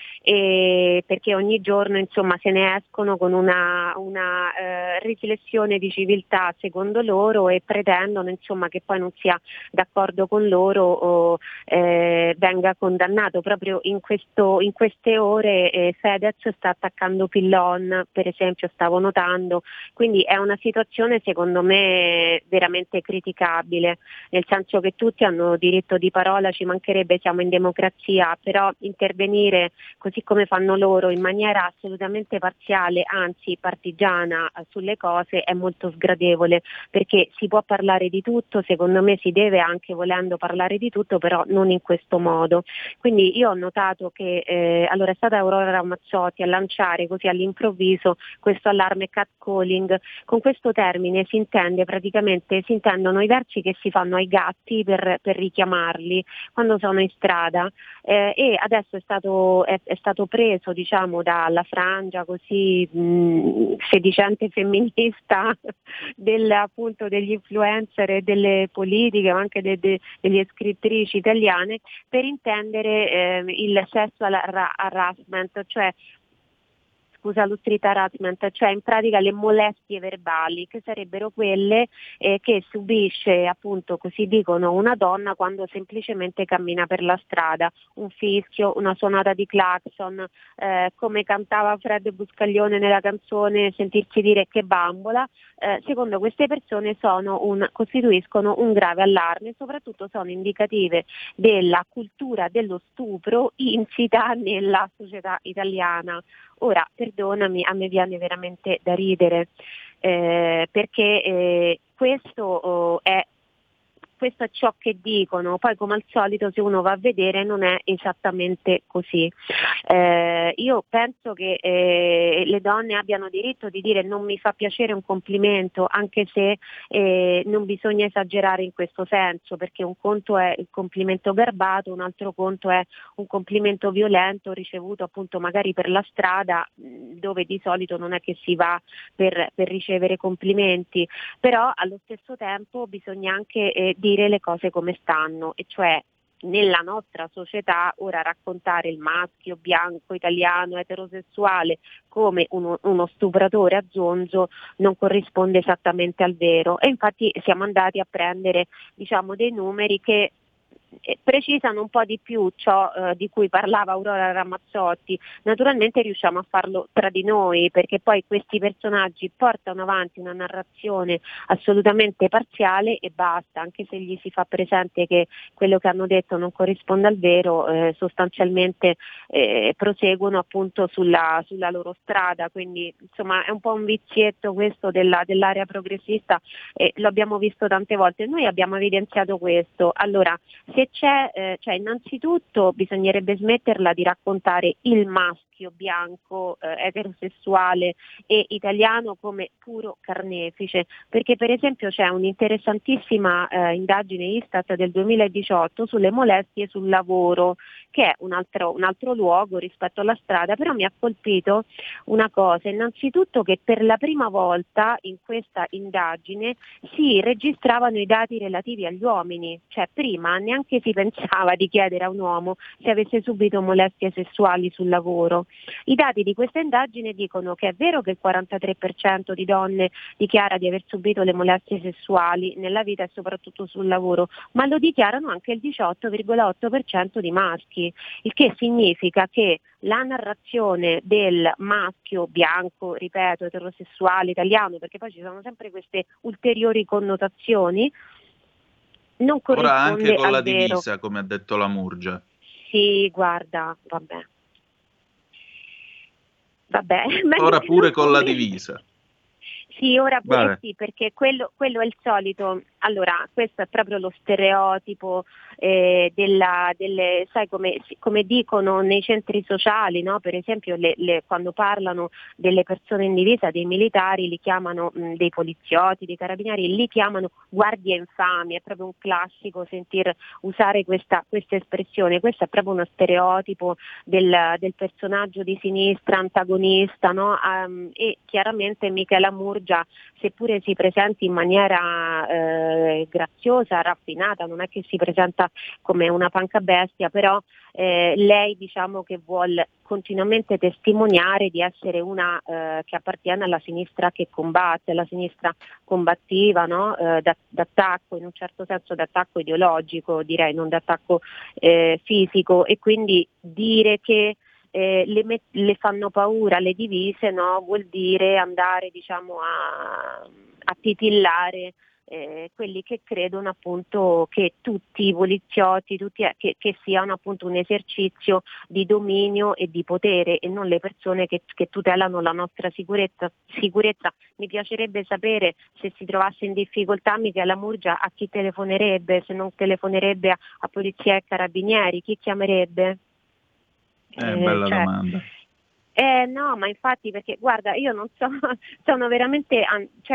perché ogni giorno insomma se ne escono con una riflessione di civiltà secondo loro e pretendono insomma che poi non sia d'accordo con loro o venga condannato. Proprio in queste ore Fedez sta attaccando Pillon, per esempio, stavo notando, quindi è una situazione secondo me veramente criticabile, nel senso che tutti hanno diritto di parola, ci mancherebbe, siamo in democrazia, però intervenire così come fanno loro in maniera assolutamente parziale, anzi partigiana sulle cose è molto sgradevole, perché si può parlare di tutto, secondo me si deve anche volendo parlare di tutto, però non in questo modo. Quindi io ho notato che allora è stata Aurora Ramazzotti a lanciare così all'improvviso questo allarme catcalling. Con questo termine si intendono i versi che si fanno ai gatti per richiamarli quando sono in strada, e adesso è stato preso diciamo dalla frangia così sedicente femminista appunto degli influencer e delle politiche, ma anche delle scrittrici italiane, per intendere il sexual harassment, cioè lo street harassment, cioè in pratica le molestie verbali, che sarebbero quelle che subisce, appunto così dicono, una donna quando semplicemente cammina per la strada, un fischio, una suonata di clacson, come cantava Fred Buscaglione nella canzone sentirsi dire che bambola, secondo queste persone costituiscono un grave allarme e soprattutto sono indicative della cultura dello stupro insita nella società italiana. Ora, perdonami, a me viene veramente da ridere, perché questo è ciò che dicono, poi come al solito se uno va a vedere non è esattamente così. Io penso che le donne abbiano diritto di dire non mi fa piacere un complimento, anche se non bisogna esagerare in questo senso, perché un conto è il complimento garbato, un altro conto è un complimento violento ricevuto appunto magari per la strada, dove di solito non è che si va per ricevere complimenti, però allo stesso tempo bisogna anche dire le cose come stanno, e cioè nella nostra società ora raccontare il maschio bianco italiano eterosessuale come uno stupratore a zonzo non corrisponde esattamente al vero, e infatti siamo andati a prendere diciamo dei numeri che precisano un po' di più ciò di cui parlava Aurora Ramazzotti. Naturalmente riusciamo a farlo tra di noi, perché poi questi personaggi portano avanti una narrazione assolutamente parziale e basta, anche se gli si fa presente che quello che hanno detto non corrisponde al vero, sostanzialmente proseguono appunto sulla loro strada, quindi insomma è un po' un vizietto questo dell'area progressista, lo abbiamo visto tante volte. Noi abbiamo evidenziato questo. Allora, se c'è, cioè innanzitutto bisognerebbe smetterla di raccontare il maschio bianco eterosessuale e italiano come puro carnefice, perché per esempio c'è un'interessantissima indagine Istat del 2018 sulle molestie sul lavoro, che è un altro luogo rispetto alla strada, però mi ha colpito una cosa, innanzitutto che per la prima volta in questa indagine si registravano i dati relativi agli uomini, cioè prima neanche si pensava di chiedere a un uomo se avesse subito molestie sessuali sul lavoro. I dati di questa indagine dicono che è vero che il 43% di donne dichiara di aver subito le molestie sessuali nella vita e soprattutto sul lavoro, ma lo dichiarano anche il 18,8% di maschi, il che significa che la narrazione del maschio bianco, ripeto, eterosessuale, italiano, perché poi ci sono sempre queste ulteriori connotazioni, non corrisponde ora anche con al la vero. divisa, come ha detto la Murgia. Sì, guarda, vabbè. Ora pure con la divisa. Sì, ora pure Vabbè. sì, perché quello è il solito. Allora, questo è proprio lo stereotipo sai come dicono nei centri sociali, no? Per esempio quando parlano delle persone in divisa, dei militari, li chiamano dei poliziotti, dei carabinieri, li chiamano guardie infami, è proprio un classico sentir usare questa espressione. Questo è proprio uno stereotipo del personaggio di sinistra antagonista, no? E chiaramente Michela Murgia, seppure si presenti in maniera graziosa, raffinata, non è che si presenta come una panca bestia, però lei diciamo che vuole continuamente testimoniare di essere una che appartiene alla sinistra che combatte, alla sinistra combattiva, no? D'attacco, in un certo senso d'attacco ideologico, direi, non d'attacco fisico, e quindi dire che le fanno paura le divise, no? Vuol dire andare diciamo a titillare quelli che credono appunto che tutti i poliziotti, che siano appunto un esercizio di dominio e di potere e non le persone che tutelano la nostra sicurezza. Mi piacerebbe sapere, se si trovasse in difficoltà Michela Murgia, a chi telefonerebbe, se non telefonerebbe a polizia e carabinieri, chi chiamerebbe? Bella domanda. No, ma infatti, perché guarda, io non so, sono veramente,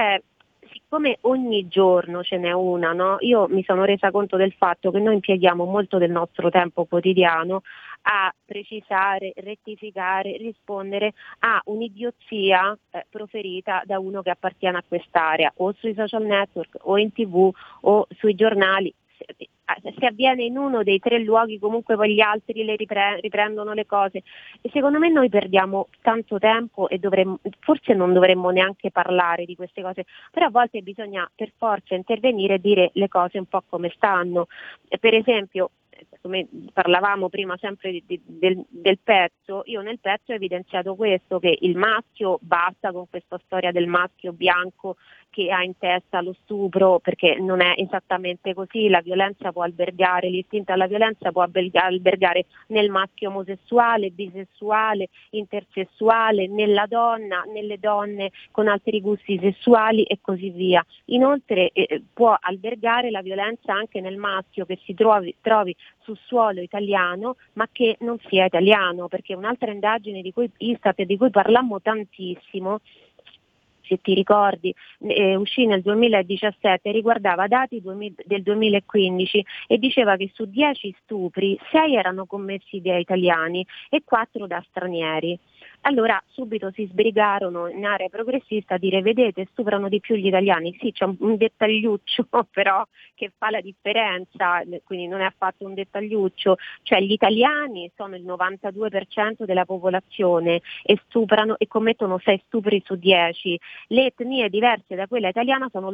siccome ogni giorno ce n'è una, no? Io mi sono resa conto del fatto che noi impieghiamo molto del nostro tempo quotidiano a precisare, rettificare, rispondere a un'idiozia proferita da uno che appartiene a quest'area, o sui social network, o in TV, o sui giornali. Se avviene in uno dei tre luoghi, comunque poi gli altri le riprendono le cose, e secondo me noi perdiamo tanto tempo e forse non dovremmo neanche parlare di queste cose, però a volte bisogna per forza intervenire e dire le cose un po' come stanno. Per esempio, come parlavamo prima sempre del pezzo, io nel pezzo ho evidenziato questo, che il maschio, basta con questa storia del maschio bianco che ha in testa lo stupro, perché non è esattamente così. La violenza può albergare, l'istinto alla violenza può albergare nel maschio omosessuale, bisessuale, intersessuale, nella donna, nelle donne con altri gusti sessuali e così via. Inoltre può albergare la violenza anche nel maschio che si trovi sul suolo italiano ma che non sia italiano, perché un'altra indagine di cui Istat, di cui parlammo tantissimo, se ti ricordi, uscì nel 2017, riguardava dati del 2015 e diceva che su 10 stupri 6 erano commessi da italiani e 4 da stranieri. Allora subito si sbrigarono in area progressista a dire: vedete, stuprano di più gli italiani. Sì, c'è un dettagliuccio però che fa la differenza, quindi non è affatto un dettagliuccio, cioè gli italiani sono il 92% della popolazione e stuprano e commettono 6 stupri su 10. Le etnie diverse da quella italiana sono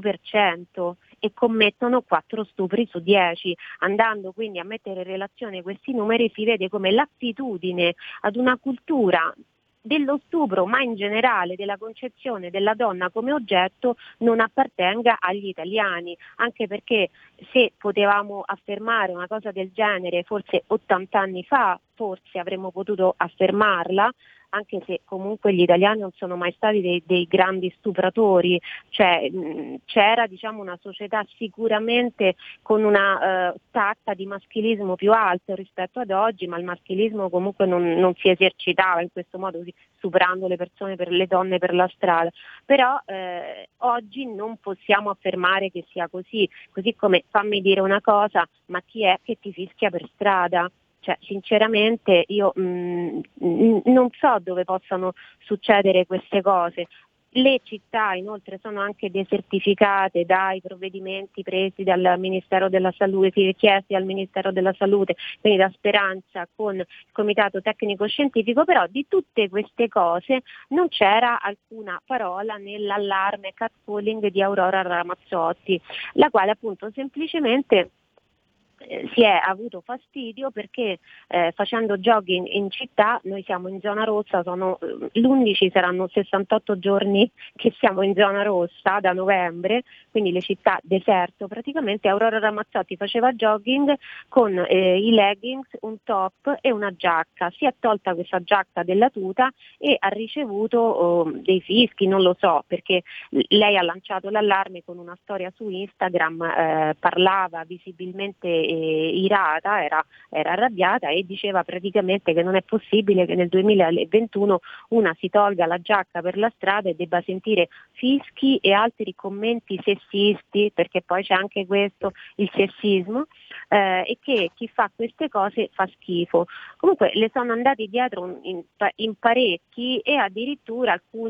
l'8% e commettono 4 stupri su 10. Andando quindi a mettere in relazione questi numeri si vede come l'attitudine ad una cultura dello stupro, ma in generale della concezione della donna come oggetto, non appartenga agli italiani, anche perché se potevamo affermare una cosa del genere forse 80 anni fa, forse avremmo potuto affermarla, anche se comunque gli italiani non sono mai stati dei grandi stupratori, cioè c'era diciamo una società sicuramente con una tacca di maschilismo più alto rispetto ad oggi, ma il maschilismo comunque non si esercitava in questo modo, stuprando le persone, le donne per la strada. Però oggi non possiamo affermare che sia così come, fammi dire una cosa, ma chi è che ti fischia per strada? Cioè, sinceramente io non so dove possano succedere queste cose. Le città inoltre sono anche desertificate dai provvedimenti presi dal Ministero della Salute, richiesti al Ministero della Salute, quindi da Speranza con il Comitato Tecnico Scientifico, però di tutte queste cose non c'era alcuna parola nell'allarme catcalling di Aurora Ramazzotti, la quale appunto semplicemente si è avuto fastidio perché facendo jogging in città, noi siamo in zona rossa, l'11 saranno 68 giorni che siamo in zona rossa da novembre, quindi le città deserto praticamente. Aurora Ramazzotti faceva jogging con i leggings, un top e una giacca, si è tolta questa giacca della tuta e ha ricevuto dei fischi, non lo so, perché lei ha lanciato l'allarme con una storia su Instagram, parlava visibilmente irata, era arrabbiata e diceva praticamente che non è possibile che nel 2021 una si tolga la giacca per la strada e debba sentire fischi e altri commenti sessisti, perché poi c'è anche questo, il sessismo, e che chi fa queste cose fa schifo. Comunque le sono andati dietro in parecchi e addirittura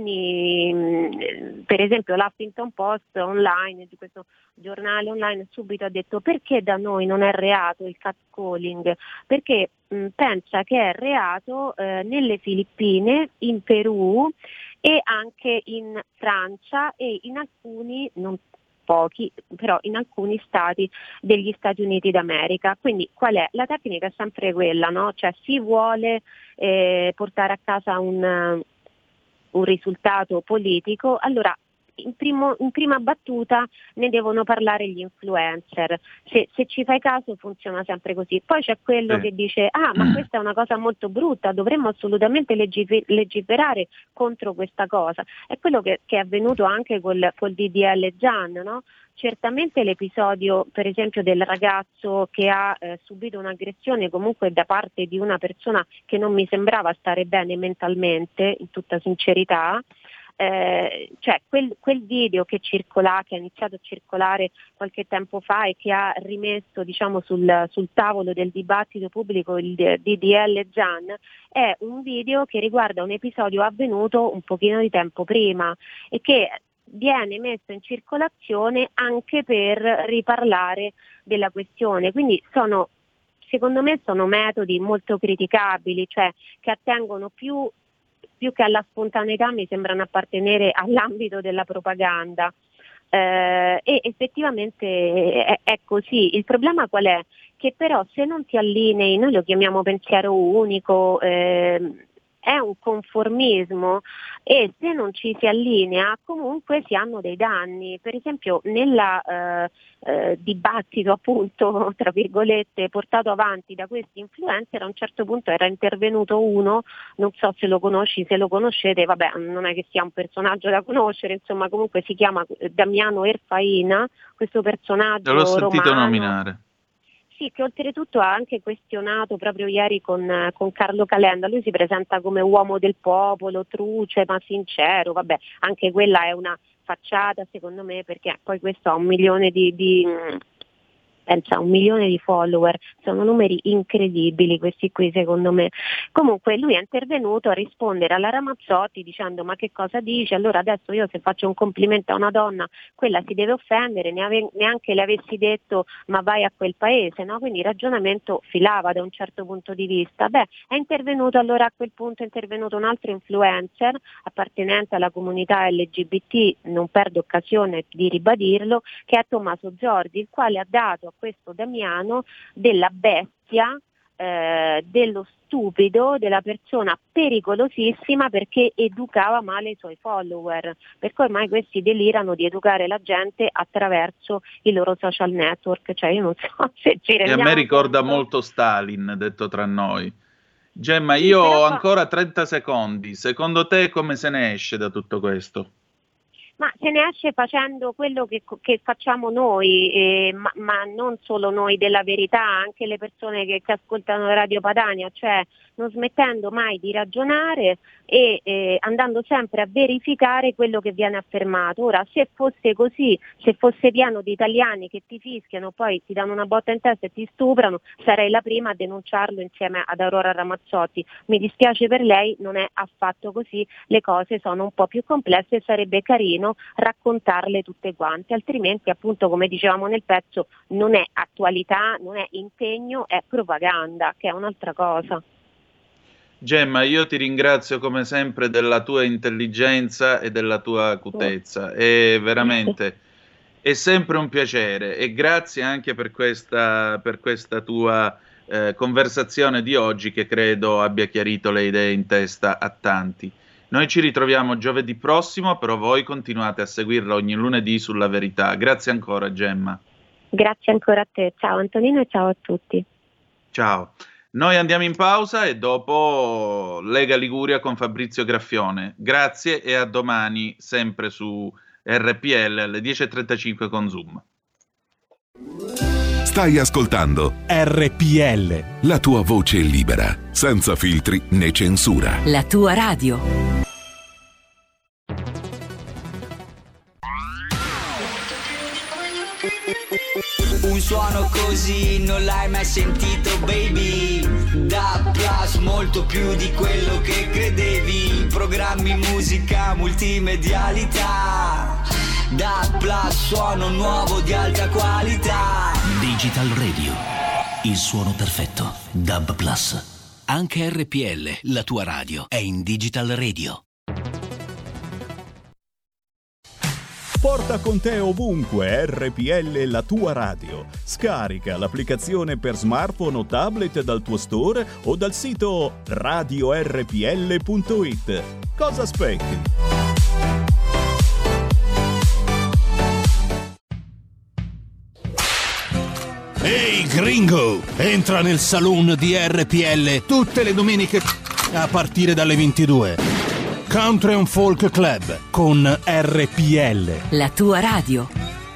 alcuni, per esempio l'Huffington Post online, di questo giornale online, subito ha detto: perché da noi non è reato il catcalling? Perché pensa che è reato nelle Filippine, in Perù e anche in Francia e in alcuni, non pochi, però in alcuni stati degli Stati Uniti d'America. Quindi qual è? La tecnica è sempre quella, no? Cioè si vuole portare a casa un risultato politico, allora in prima battuta ne devono parlare gli influencer. Se ci fai caso funziona sempre così. Poi c'è quello che dice: ma questa è una cosa molto brutta, dovremmo assolutamente legiferare contro questa cosa. È quello che è avvenuto anche col DDL Zan, no? Certamente l'episodio, per esempio, del ragazzo che ha subito un'aggressione comunque da parte di una persona che non mi sembrava stare bene mentalmente, in tutta sincerità, cioè quel video che ha iniziato a circolare qualche tempo fa e che ha rimesso, diciamo, sul tavolo del dibattito pubblico il DDL Zan, è un video che riguarda un episodio avvenuto un pochino di tempo prima e che viene messo in circolazione anche per riparlare della questione. Quindi secondo me sono metodi molto criticabili, cioè che attengono più che alla spontaneità, mi sembrano appartenere all'ambito della propaganda. E effettivamente è così. Il problema qual è? Che però se non ti allinei, noi lo chiamiamo pensiero unico, è un conformismo, e se non ci si allinea comunque si hanno dei danni. Per esempio nel dibattito, appunto, tra virgolette, portato avanti da questi influencer, a un certo punto era intervenuto uno, non so se lo conosci, se lo conoscete, vabbè, non è che sia un personaggio da conoscere, insomma, comunque si chiama Damiano Erfaina, questo personaggio l'ho sentito romano, nominare. sì, che oltretutto ha anche questionato proprio ieri con Carlo Calenda. Lui si presenta come uomo del popolo, truce ma sincero, vabbè, anche quella è una facciata secondo me, perché poi questo ha 1 milione pensa, 1 milione di follower, sono numeri incredibili questi qui secondo me. Comunque lui è intervenuto a rispondere alla Ramazzotti dicendo: ma che cosa dice? Allora adesso io se faccio un complimento a una donna quella si deve offendere, neanche le avessi detto ma vai a quel paese, no? Quindi il ragionamento filava da un certo punto di vista. È intervenuto allora, a quel punto è intervenuto un altro influencer appartenente alla comunità LGBT, non perdo occasione di ribadirlo, che è Tommaso Zordi, il quale ha dato a questo Damiano della bestia, dello stupido, della persona pericolosissima, perché educava male i suoi follower, perché ormai questi delirano di educare la gente attraverso i loro social network, cioè io non so se ci rendiamo E a me ricorda conto. molto Stalin, detto tra noi. Gemma, Sì, io però ho ancora 30 secondi, secondo te come se ne esce da tutto questo? Ma se ne esce facendo quello che facciamo noi, ma non solo noi della Verità, anche le persone che ascoltano Radio Padania, cioè non smettendo mai di ragionare e andando sempre a verificare quello che viene affermato. Ora, se fosse così, se fosse pieno di italiani che ti fischiano, poi ti danno una botta in testa e ti stuprano, sarei la prima a denunciarlo insieme ad Aurora Ramazzotti. Mi dispiace per lei, non è affatto così, le cose sono un po' più complesse e sarebbe carino raccontarle tutte quante, altrimenti, appunto, come dicevamo nel pezzo, non è attualità, non è impegno, è propaganda, che è un'altra cosa. Gemma, io ti ringrazio come sempre della tua intelligenza e della tua acutezza, e veramente È sempre un piacere e grazie anche per questa tua conversazione di oggi che credo abbia chiarito le idee in testa a tanti. Noi ci ritroviamo giovedì prossimo, però voi continuate a seguirla ogni lunedì sulla Verità. Grazie ancora, Gemma. Grazie ancora a te. Ciao Antonino e ciao a tutti. Ciao. Noi andiamo in pausa e dopo Lega Liguria con Fabrizio Graffione. Grazie e a domani sempre su RPL alle 10.35 con Zoom. Stai ascoltando RPL, la tua voce libera, senza filtri né censura. La tua radio. Un suono così non l'hai mai sentito, baby. Da Plus, molto più di quello che credevi. Programmi, musica, multimedialità. Da Plus, suono nuovo di alta qualità. Digital Radio, il suono perfetto. DAB Plus. Anche RPL, la tua radio, è in Digital Radio. Porta con te ovunque RPL, la tua radio. Scarica l'applicazione per smartphone o tablet dal tuo store o dal sito radiorpl.it. Cosa aspetti? Ehi gringo, entra nel saloon di RPL tutte le domeniche a partire dalle 22. Country and Folk Club con RPL. La tua radio.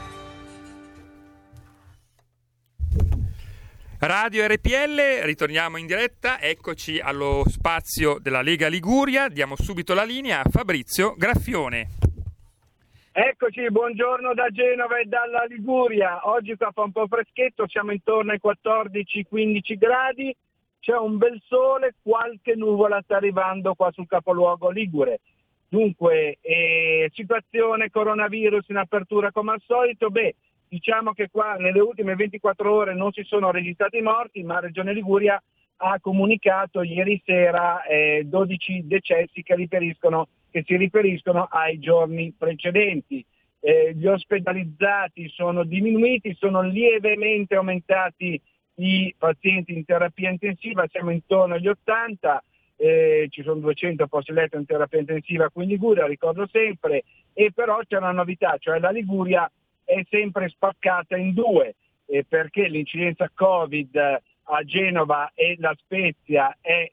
Radio RPL, ritorniamo in diretta, eccoci allo spazio della Lega Liguria, diamo subito la linea a Fabrizio Graffione. Eccoci, buongiorno da Genova e dalla Liguria. Oggi qua fa un po' freschetto, siamo intorno ai 14-15 gradi. C'è un bel sole, qualche nuvola sta arrivando qua sul capoluogo ligure. Dunque, situazione coronavirus in apertura come al solito. Diciamo che qua nelle ultime 24 ore non si sono registrati morti, ma Regione Liguria ha comunicato ieri sera 12 decessi che si riferiscono ai giorni precedenti. Gli ospedalizzati sono diminuiti, sono lievemente aumentati i pazienti in terapia intensiva, siamo intorno agli 80, ci sono 200 posti letto in terapia intensiva qui in Liguria, ricordo sempre, e però c'è una novità, cioè la Liguria è sempre spaccata in due, perché l'incidenza Covid a Genova e La Spezia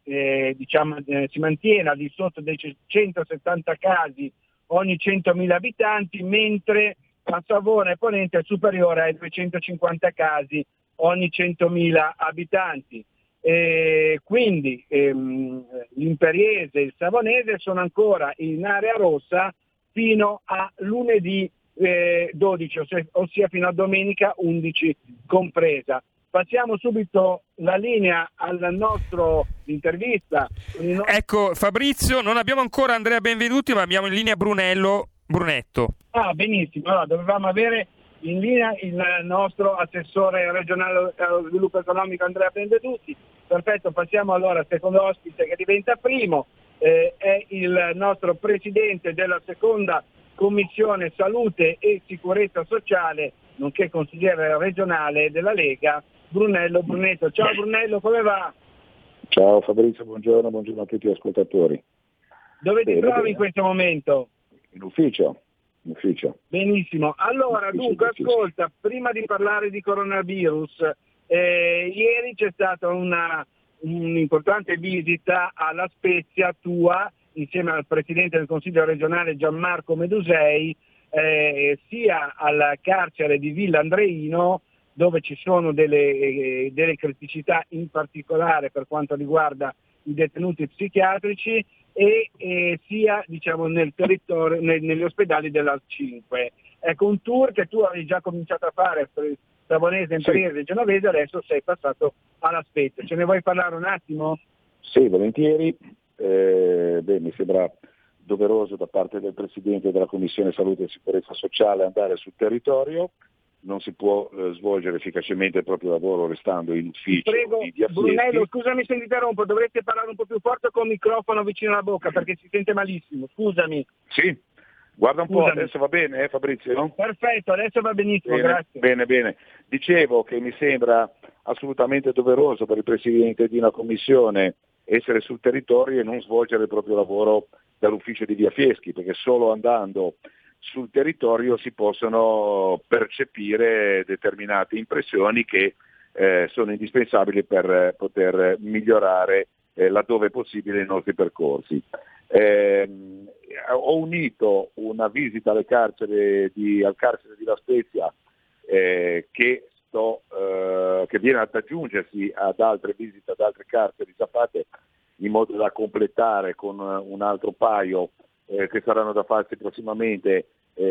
si mantiene al di sotto dei 170 casi ogni 100.000 abitanti, mentre a Savona e Ponente è superiore ai 250 casi ogni 100.000 abitanti. Quindi l'Imperiese e il Savonese sono ancora in area rossa fino a lunedì 12, ossia fino a domenica 11 compresa. Passiamo subito la linea alla nostra intervista. Ecco Fabrizio, non abbiamo ancora Andrea Benvenuti, ma abbiamo in linea Brunetto. Ah, benissimo, allora dovevamo avere in linea il nostro assessore regionale allo sviluppo economico Andrea Benvenuti. Perfetto, passiamo allora al secondo ospite che diventa primo, è il nostro presidente della seconda commissione salute e sicurezza sociale, nonché consigliere regionale della Lega, Brunello Brunetto. Ciao Brunello, come va? Ciao Fabrizio, buongiorno a tutti gli ascoltatori. Dove ti trovi in questo momento? In ufficio. Benissimo, allora dunque ascolta, prima di parlare di coronavirus, ieri c'è stata un'importante visita alla Spezia tua, insieme al Presidente del Consiglio regionale Gianmarco Medusei, sia al carcere di Villa Andreino, dove ci sono delle criticità in particolare per quanto riguarda i detenuti psichiatrici, e sia nel territorio, negli ospedali della 5. Ecco, un tour che tu avevi già cominciato a fare per Savonese, Imperiese e Genovese, adesso sei passato alla Spezia. Ce ne vuoi parlare un attimo? Sì, volentieri. Mi sembra doveroso da parte del Presidente della Commissione Salute e Sicurezza Sociale andare sul territorio. Non si può svolgere efficacemente il proprio lavoro restando in ufficio. Prego, Brunello, scusami se interrompo, dovreste parlare un po' più forte con il microfono vicino alla bocca perché si sente malissimo, scusami. Sì, Guarda un po', Scusami. adesso va bene, Fabrizio? Perfetto, adesso va benissimo, grazie. Bene. Dicevo che mi sembra assolutamente doveroso per il Presidente di una Commissione essere sul territorio e non svolgere il proprio lavoro dall'ufficio di Via Fieschi, perché solo andando sul territorio si possono percepire determinate impressioni che sono indispensabili per poter migliorare laddove possibile i nostri percorsi. Ho unito una visita al carcere di La Spezia che viene ad aggiungersi ad altre visite ad altre carceri già fatte, in modo da completare con un altro paio che saranno da farsi prossimamente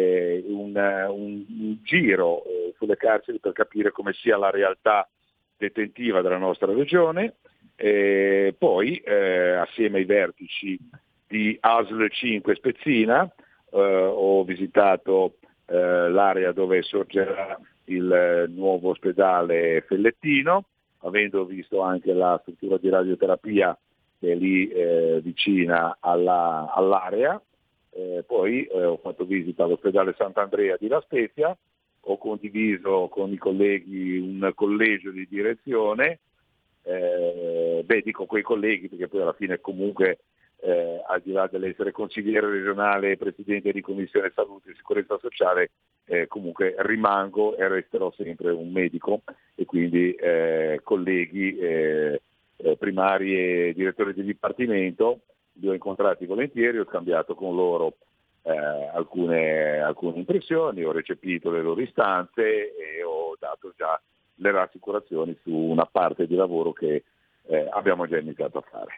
un giro sulle carceri per capire come sia la realtà detentiva della nostra regione. Poi assieme ai vertici di ASL 5 Spezzina ho visitato l'area dove sorgerà il nuovo ospedale Fellettino, avendo visto anche la struttura di radioterapia che è lì vicina all'area. Poi ho fatto visita all'ospedale Sant'Andrea di La Spezia, ho condiviso con i colleghi un collegio di direzione, dico quei colleghi perché poi alla fine comunque al di là dell'essere consigliere regionale e presidente di commissione salute e sicurezza sociale, comunque rimango e resterò sempre un medico, e quindi colleghi primari e direttori di dipartimento li ho incontrati volentieri, ho scambiato con loro alcune impressioni, ho recepito le loro istanze e ho dato già le rassicurazioni su una parte di lavoro che abbiamo già iniziato a fare.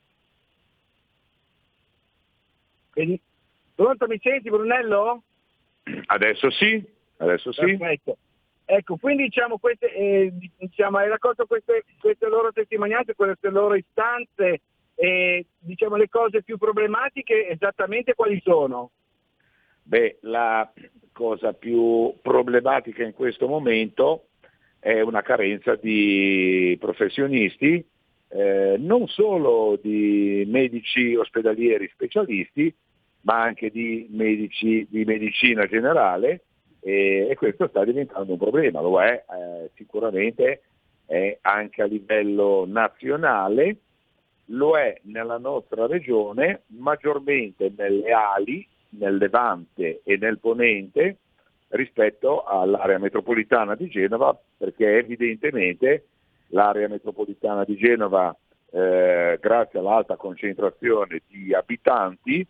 Quindi, pronto, mi senti Brunello? Adesso sì. Perfetto. Ecco, quindi hai raccolto queste loro testimonianze, queste loro istanze, e le cose più problematiche esattamente quali sono? La cosa più problematica in questo momento è una carenza di professionisti, non solo di medici ospedalieri specialisti, ma anche di medici di medicina generale, e questo sta diventando un problema, lo è sicuramente anche a livello nazionale, lo è nella nostra regione, maggiormente nelle ali, nel Levante e nel Ponente rispetto all'area metropolitana di Genova, perché evidentemente l'area metropolitana di Genova, grazie all'alta concentrazione di abitanti,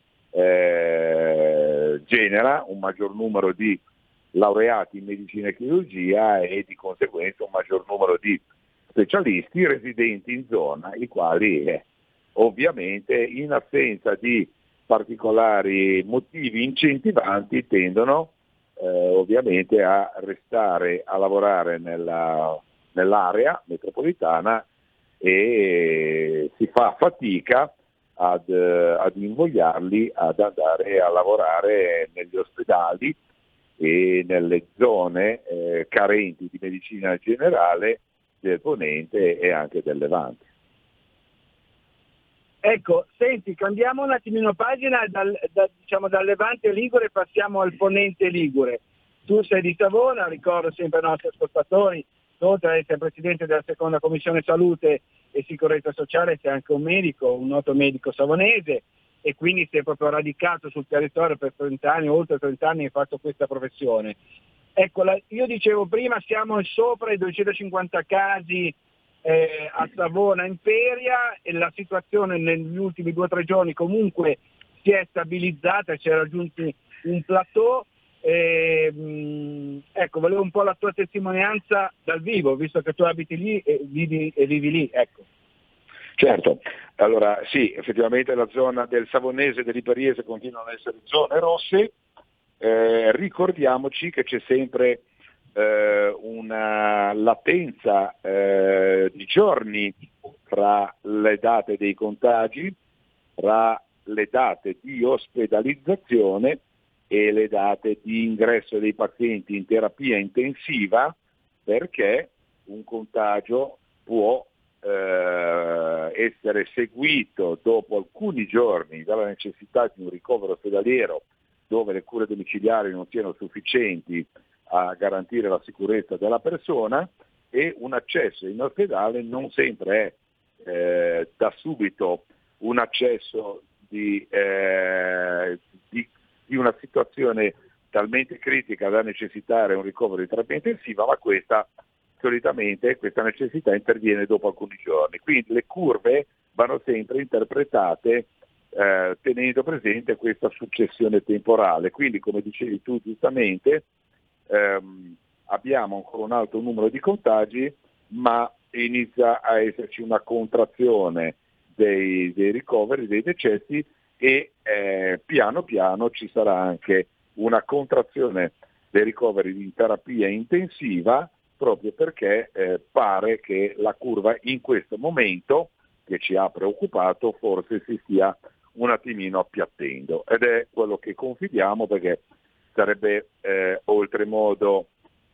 genera un maggior numero di laureati in medicina e chirurgia e di conseguenza un maggior numero di specialisti residenti in zona, i quali ovviamente in assenza di particolari motivi incentivanti tendono ovviamente a restare a lavorare nell'area metropolitana, e si fa fatica ad invogliarli ad andare a lavorare negli ospedali e nelle zone carenti di medicina generale del Ponente e anche del Levante. Ecco, senti, cambiamo un attimino pagina dal Levante Ligure, passiamo al Ponente Ligure. Tu sei di Savona, ricordo sempre ai nostri ascoltatori, oltre ad essere presidente della seconda commissione salute e sicurezza sociale, sei anche un medico, un noto medico savonese, e quindi sei proprio radicato sul territorio per 30 anni, oltre 30 anni hai fatto questa professione. Ecco, io dicevo prima, siamo sopra i 250 casi a Savona Imperia, e la situazione negli ultimi 2 o 3 giorni comunque si è stabilizzata, si è raggiunto un plateau. Ecco, volevo un po' la tua testimonianza dal vivo, visto che tu abiti lì e vivi lì, ecco. Certo, allora sì, effettivamente la zona del Savonese e dell'Iperiese continuano ad essere zone rosse. Ricordiamoci che c'è sempre una latenza di giorni fra le date dei contagi, fra le date di ospedalizzazione e le date di ingresso dei pazienti in terapia intensiva, perché un contagio può essere seguito dopo alcuni giorni dalla necessità di un ricovero ospedaliero dove le cure domiciliari non siano sufficienti a garantire la sicurezza della persona, e un accesso in ospedale non sempre è da subito un accesso di una situazione talmente critica da necessitare un ricovero di terapia intensiva, ma solitamente questa necessità interviene dopo alcuni giorni. Quindi le curve vanno sempre interpretate tenendo presente questa successione temporale. Quindi, come dicevi tu giustamente, abbiamo ancora un alto numero di contagi, ma inizia a esserci una contrazione dei ricoveri, dei decessi, e piano piano ci sarà anche una contrazione dei ricoveri in terapia intensiva, proprio perché pare che la curva in questo momento, che ci ha preoccupato, forse si stia un attimino appiattendo, ed è quello che confidiamo, perché sarebbe oltremodo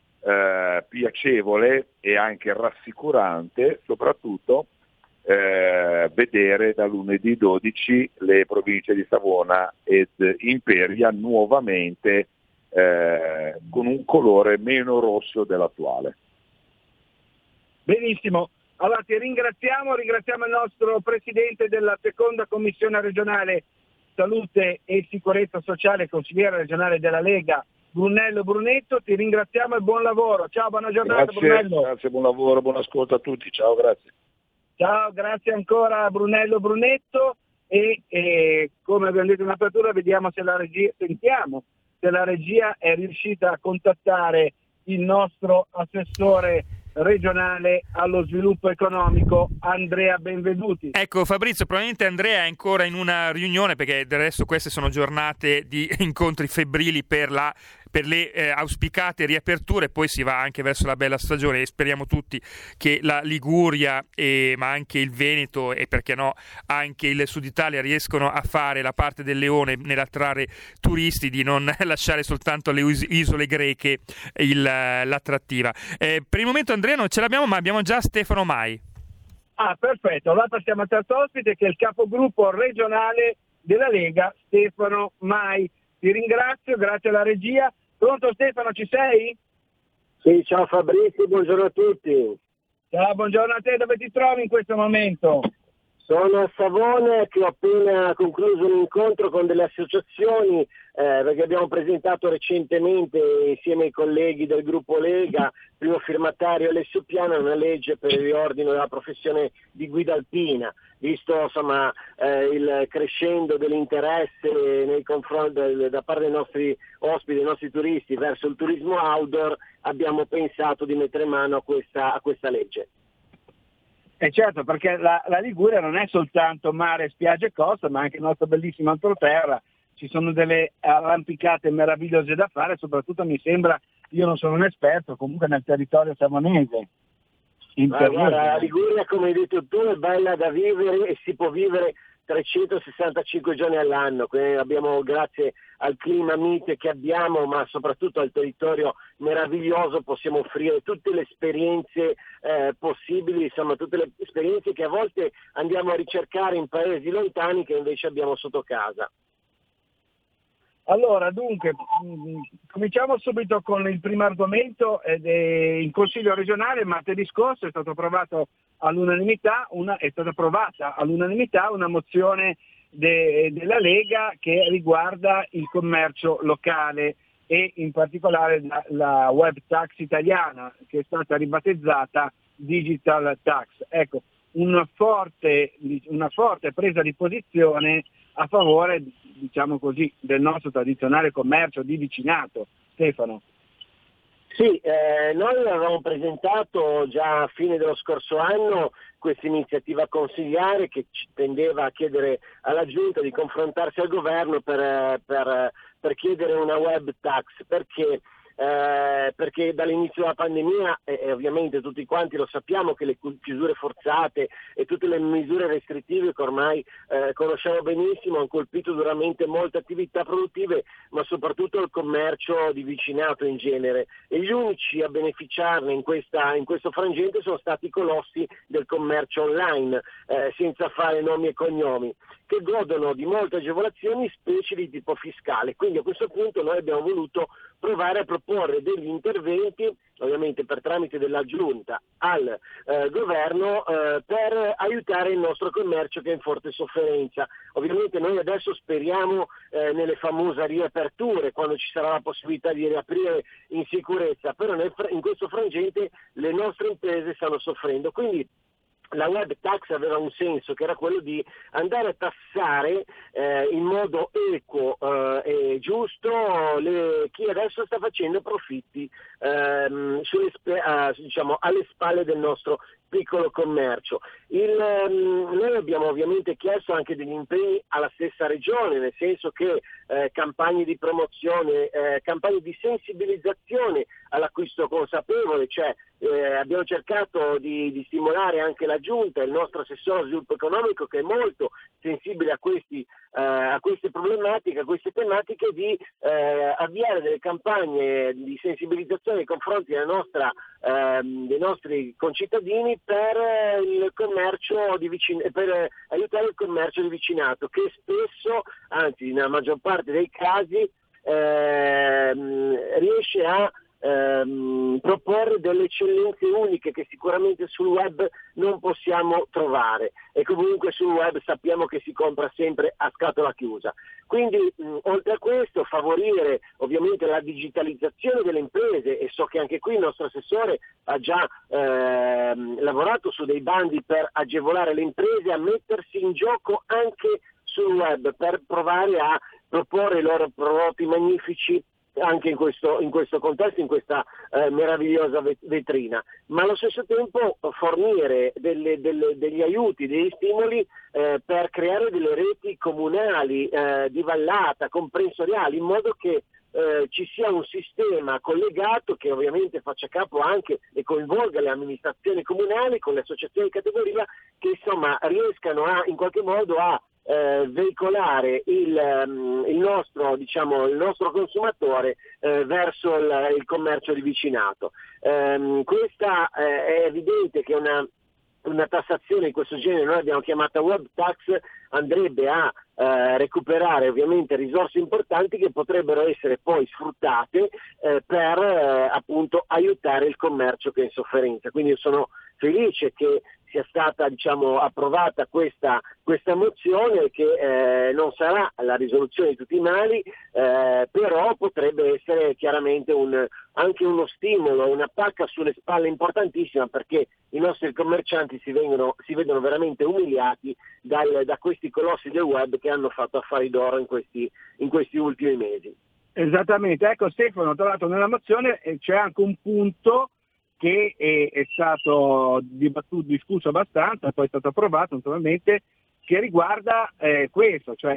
piacevole e anche rassicurante, soprattutto vedere da lunedì 12 le province di Savona ed Imperia nuovamente con un colore meno rosso dell'attuale. Benissimo, allora ti ringraziamo il nostro Presidente della seconda Commissione regionale Salute e Sicurezza Sociale, consigliere regionale della Lega, Brunello Brunetto. Ti ringraziamo e buon lavoro. Ciao, buona giornata. Grazie, Brunello. grazie, buon lavoro, buon ascolto a tutti. Ciao, grazie. Ciao, grazie ancora a Brunello Brunetto, e come abbiamo detto in apertura, sentiamo se la regia è riuscita a contattare il nostro assessore regionale allo sviluppo economico, Andrea Benveduti. Ecco Fabrizio, probabilmente Andrea è ancora in una riunione, perché del resto queste sono giornate di incontri febbrili per le auspicate riaperture, poi si va anche verso la bella stagione, e speriamo tutti che la Liguria ma anche il Veneto, e perché no anche il Sud Italia, riescono a fare la parte del leone nell'attrarre turisti, di non lasciare soltanto alle isole greche l'attrattiva. Per il momento Andrea non ce l'abbiamo, ma abbiamo già Stefano Mai. Ah, perfetto, allora passiamo al terzo ospite, che è il capogruppo regionale della Lega, Stefano Mai. Ti ringrazio, grazie alla regia. Pronto Stefano, ci sei? Sì, ciao Fabrizio, buongiorno a tutti. Ciao, buongiorno a te, dove ti trovi in questo momento? Sono a Savona, che ho appena concluso un incontro con delle associazioni, perché abbiamo presentato recentemente insieme ai colleghi del gruppo Lega, primo firmatario Alessio Piana, una legge per il riordino della professione di guida alpina. Visto insomma il crescendo dell'interesse nei confronti da parte dei nostri ospiti, dei nostri turisti verso il turismo outdoor, abbiamo pensato di mettere mano a questa legge. Certo, perché la Liguria non è soltanto mare, spiagge e costa, ma anche il nostro bellissimo entroterra. Ci sono delle arrampicate meravigliose da fare, soprattutto mi sembra, io non sono un esperto, comunque nel territorio savonese. Guarda, la Liguria, come hai detto tu, è bella da vivere e si può vivere 365 giorni all'anno. Abbiamo, grazie al clima mite che abbiamo, ma soprattutto al territorio meraviglioso, possiamo offrire tutte le esperienze possibili, insomma tutte le esperienze che a volte andiamo a ricercare in paesi lontani, che invece abbiamo sotto casa. Allora, dunque, cominciamo subito con il primo argomento. In Consiglio regionale martedì scorso è stata approvata all'unanimità una mozione della Lega che riguarda il commercio locale, e in particolare la web tax italiana, che è stata ribattezzata Digital Tax. Ecco, una forte presa di posizione a favore, diciamo così, del nostro tradizionale commercio di vicinato. Stefano. Sì, noi avevamo presentato già a fine dello scorso anno questa iniziativa consigliare, che tendeva a chiedere alla Giunta di confrontarsi al governo per chiedere una web tax, perché perché dall'inizio della pandemia ovviamente tutti quanti lo sappiamo che le chiusure forzate e tutte le misure restrittive che ormai conosciamo benissimo hanno colpito duramente molte attività produttive, ma soprattutto il commercio di vicinato in genere, e gli unici a beneficiarne in questo frangente sono stati i colossi del commercio online, senza fare nomi e cognomi, che godono di molte agevolazioni, specie di tipo fiscale. Quindi a questo punto noi abbiamo voluto provare a proporre degli interventi, ovviamente per tramite della Giunta al governo, per aiutare il nostro commercio che è in forte sofferenza. Ovviamente noi adesso speriamo nelle famose riaperture, quando ci sarà la possibilità di riaprire in sicurezza, però in questo frangente le nostre imprese stanno soffrendo. Quindi la web tax aveva un senso, che era quello di andare a tassare in modo equo e giusto chi adesso sta facendo profitti alle spalle del nostro piccolo commercio. Noi abbiamo ovviamente chiesto anche degli impegni alla stessa regione, nel senso che campagne di promozione, campagne di sensibilizzazione all'acquisto consapevole, cioè abbiamo cercato di stimolare anche la Giunta, il nostro assessore allo sviluppo economico, che è molto sensibile a queste problematiche, a queste tematiche, di avviare delle campagne di sensibilizzazione nei confronti dei nostri concittadini per il commercio per aiutare il commercio di vicinato, che spesso, anzi nella maggior parte dei casi, riesce a proporre delle eccellenze uniche che sicuramente sul web non possiamo trovare, e comunque sul web sappiamo che si compra sempre a scatola chiusa. Quindi oltre a questo favorire ovviamente la digitalizzazione delle imprese, e so che anche qui il nostro assessore ha già lavorato su dei bandi per agevolare le imprese a mettersi in gioco anche sul web, per provare a proporre i loro prodotti magnifici anche in questo contesto, in questa meravigliosa vetrina, ma allo stesso tempo fornire degli aiuti, degli stimoli per creare delle reti comunali di vallata, comprensoriali, in modo che ci sia un sistema collegato che ovviamente faccia capo anche e coinvolga le amministrazioni comunali con le associazioni di categoria, che insomma riescano in qualche modo a veicolare il nostro consumatore verso il commercio di vicinato. Questa è evidente che una tassazione di questo genere, noi l'abbiamo chiamata web tax, andrebbe a recuperare ovviamente risorse importanti che potrebbero essere poi sfruttate per appunto aiutare il commercio che è in sofferenza. Quindi io sono felice che sia stata approvata questa mozione, che non sarà la risoluzione di tutti i mali, però potrebbe essere chiaramente anche uno stimolo, una pacca sulle spalle importantissima, perché i nostri commercianti si vedono veramente umiliati da questi colossi del web che hanno fatto affari d'oro in questi ultimi mesi. Esattamente, ecco Stefano, tra l'altro nella mozione c'è anche un punto che è stato discusso abbastanza, poi è stato approvato naturalmente, che riguarda questo, cioè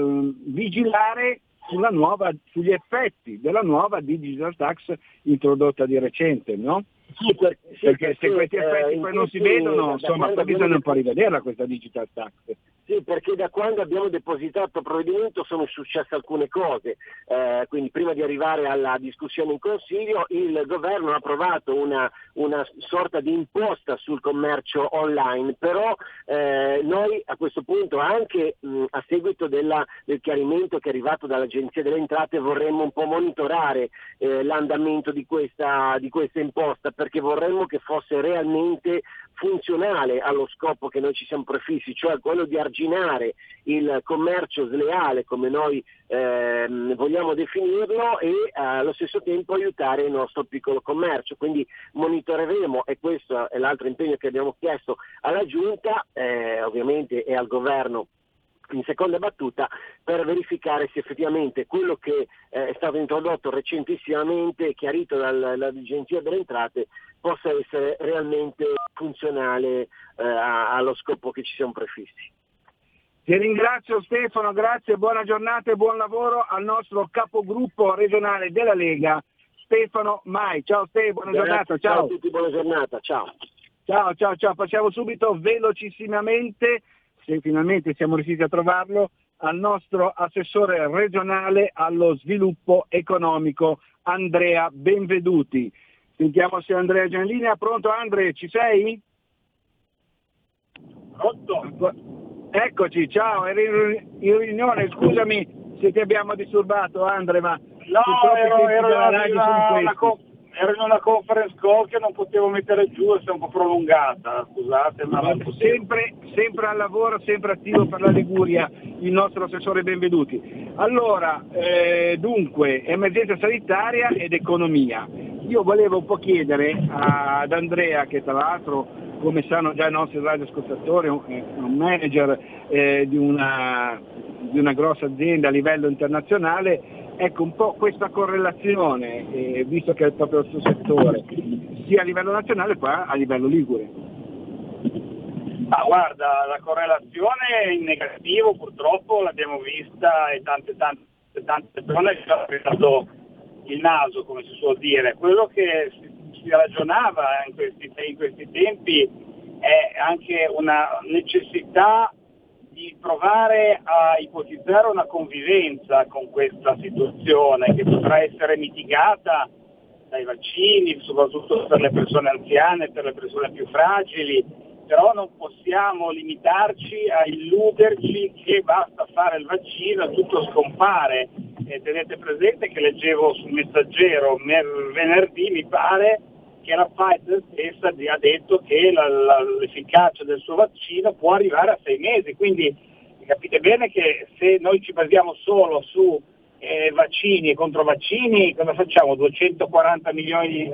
vigilare sugli effetti della nuova digital tax introdotta di recente, no? Perché se questi effetti poi non si vedono, insomma, poi bisogna un po' rivederla questa digital tax. Sì, perché da quando abbiamo depositato il provvedimento sono successe alcune cose, quindi prima di arrivare alla discussione in Consiglio il governo ha approvato una sorta di imposta sul commercio online, però noi a questo punto, anche a seguito del chiarimento che è arrivato dall'Agenzia delle Entrate, vorremmo un po' monitorare l'andamento di questa imposta, perché vorremmo che fosse realmente funzionale allo scopo che noi ci siamo prefissi, cioè quello di arginare il commercio sleale, come noi vogliamo definirlo, e allo stesso tempo aiutare il nostro piccolo commercio. Quindi monitoreremo, e questo è l'altro impegno che abbiamo chiesto alla Giunta, ovviamente, e al Governo in seconda battuta, per verificare se effettivamente quello che è stato introdotto recentissimamente e chiarito dall'Agenzia delle Entrate possa essere realmente funzionale allo scopo che ci siamo prefissi. Ti ringrazio Stefano, grazie, buona giornata e buon lavoro al nostro capogruppo regionale della Lega, Stefano Mai. Ciao Stefano, buona giornata. Ciao a tutti, buona giornata, ciao. Ciao, passiamo subito velocissimamente, se finalmente siamo riusciti a trovarlo, al nostro assessore regionale allo sviluppo economico, Andrea Benveduti. Sentiamo se Andrea è già in linea. Pronto Andrea, ci sei? Pronto? Eccoci, ciao, eri in riunione, scusami se ti abbiamo disturbato Andrea, ma no, ero in una conference call che non potevo mettere giù e si è un po' prolungata, scusate, ma sempre al lavoro, sempre attivo per la Liguria, il nostro assessore Benveduti. Allora, dunque, emergenza sanitaria ed economia. Io volevo un po' chiedere ad Andrea, che tra l'altro, come sanno già i nostri radioascoltatori, è un manager di una grossa azienda a livello internazionale, ecco un po' questa correlazione, visto che è proprio il suo settore, sia a livello nazionale qua a livello ligure. Guarda, la correlazione in negativo purtroppo l'abbiamo vista e tante persone ci hanno preso il naso, come si suol dire. Quello che si ragionava in questi tempi è anche una necessità di provare a ipotizzare una convivenza con questa situazione che potrà essere mitigata dai vaccini, soprattutto per le persone anziane, per le persone più fragili, però non possiamo limitarci a illuderci che basta fare il vaccino e tutto scompare. Tenete presente che leggevo sul Messaggero venerdì, mi pare, che la Pfizer stessa ha detto che l'efficacia del suo vaccino può arrivare a 6 mesi, quindi capite bene che se noi ci basiamo solo su vaccini e controvaccini, cosa facciamo? 240 milioni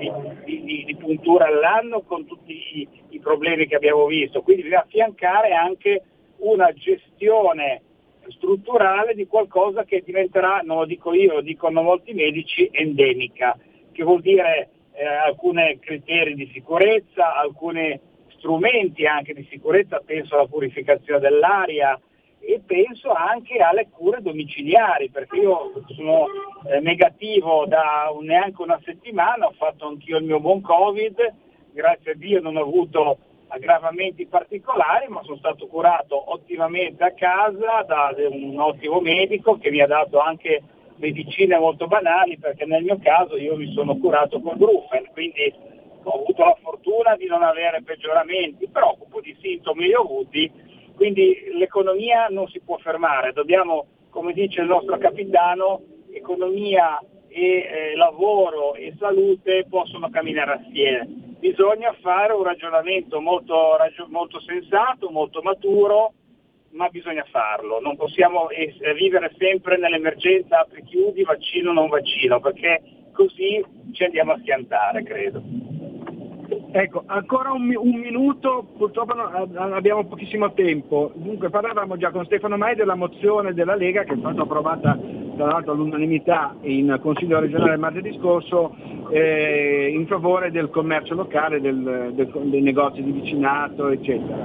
di punture all'anno con tutti i problemi che abbiamo visto, quindi bisogna affiancare anche una gestione strutturale di qualcosa che diventerà, non lo dico io, lo dicono molti medici, endemica, che vuol dire alcuni criteri di sicurezza, alcuni strumenti anche di sicurezza, penso alla purificazione dell'aria e penso anche alle cure domiciliari, perché io sono negativo da neanche una settimana, ho fatto anch'io il mio buon Covid, grazie a Dio non ho avuto aggravamenti particolari, ma sono stato curato ottimamente a casa da un ottimo medico che mi ha dato anche medicine molto banali, perché nel mio caso io mi sono curato col Brufen, quindi ho avuto la fortuna di non avere peggioramenti, però un po' di sintomi li ho avuti, quindi l'economia non si può fermare, dobbiamo, come dice il nostro capitano, economia e lavoro e salute possono camminare assieme. Bisogna fare un ragionamento molto sensato, molto maturo, ma bisogna farlo, non possiamo vivere sempre nell'emergenza apri chiudi, vaccino non vaccino, perché così ci andiamo a schiantare, credo. Ecco, ancora un minuto, purtroppo abbiamo pochissimo tempo. Dunque parlavamo già con Stefano Mai della mozione della Lega che è stata approvata tra l'altro all'unanimità in Consiglio regionale martedì scorso in favore del commercio locale, dei negozi di vicinato, eccetera.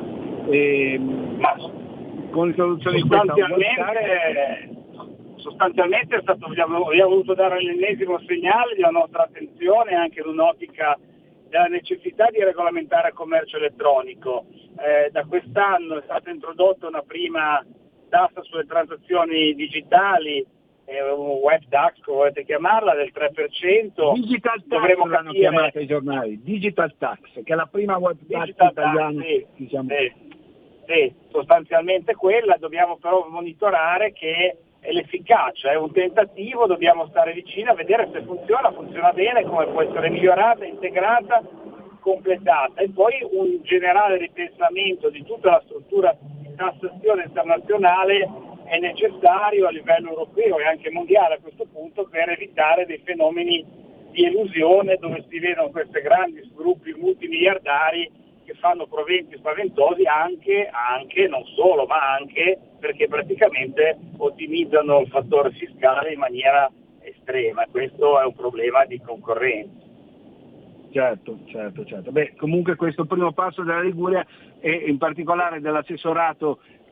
Con l'introduzione di questa sostanzialmente abbiamo voluto dare l'ennesimo segnale della nostra attenzione anche in un'ottica della necessità di regolamentare il commercio elettronico. Da quest'anno è stata introdotta una prima tassa sulle transazioni digitali, un web tax, come volete chiamarla, del 3%. Digital tax l'hanno chiamata i giornali, digital tax, che è la prima web tax italiana. Sì, sostanzialmente quella, dobbiamo però monitorare che è l'efficacia, è un tentativo, dobbiamo stare vicini a vedere se funziona bene, come può essere migliorata, integrata, completata e poi un generale ripensamento di tutta la struttura di tassazione internazionale è necessario a livello europeo e anche mondiale a questo punto per evitare dei fenomeni di elusione dove si vedono questi grandi gruppi multimiliardari che fanno proventi spaventosi anche, non solo, ma anche perché praticamente ottimizzano il fattore fiscale in maniera estrema. Questo è un problema di concorrenza. Certo. Beh, comunque questo primo passo della Liguria e in particolare dell'assessorato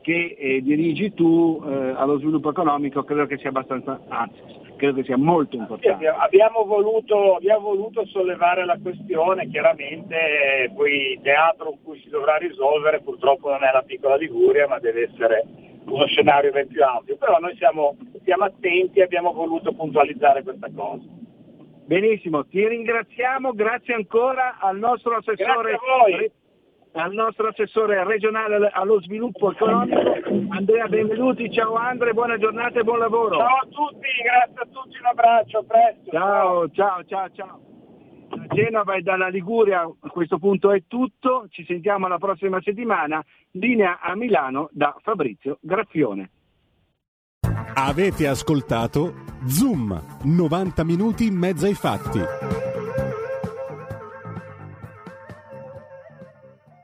che dirigi tu allo sviluppo economico, credo che sia abbastanza, anzi, credo che sia molto importante. Abbiamo voluto sollevare la questione, chiaramente poi il teatro in cui si dovrà risolvere purtroppo non è la piccola Liguria, ma deve essere uno scenario ben più ampio, però noi siamo attenti e abbiamo voluto puntualizzare questa cosa. Benissimo, ti ringraziamo, grazie ancora al nostro assessore. Grazie a voi. Al nostro assessore regionale allo sviluppo economico, Andrea Benvenuti. Ciao Andrea, buona giornata e buon lavoro. Ciao a tutti, grazie a tutti, un abbraccio, a presto. Ciao. Da Genova e dalla Liguria a questo punto è tutto, ci sentiamo la prossima settimana. Linea a Milano da Fabrizio Graffione. Avete ascoltato Zoom, 90 minuti in mezzo ai fatti.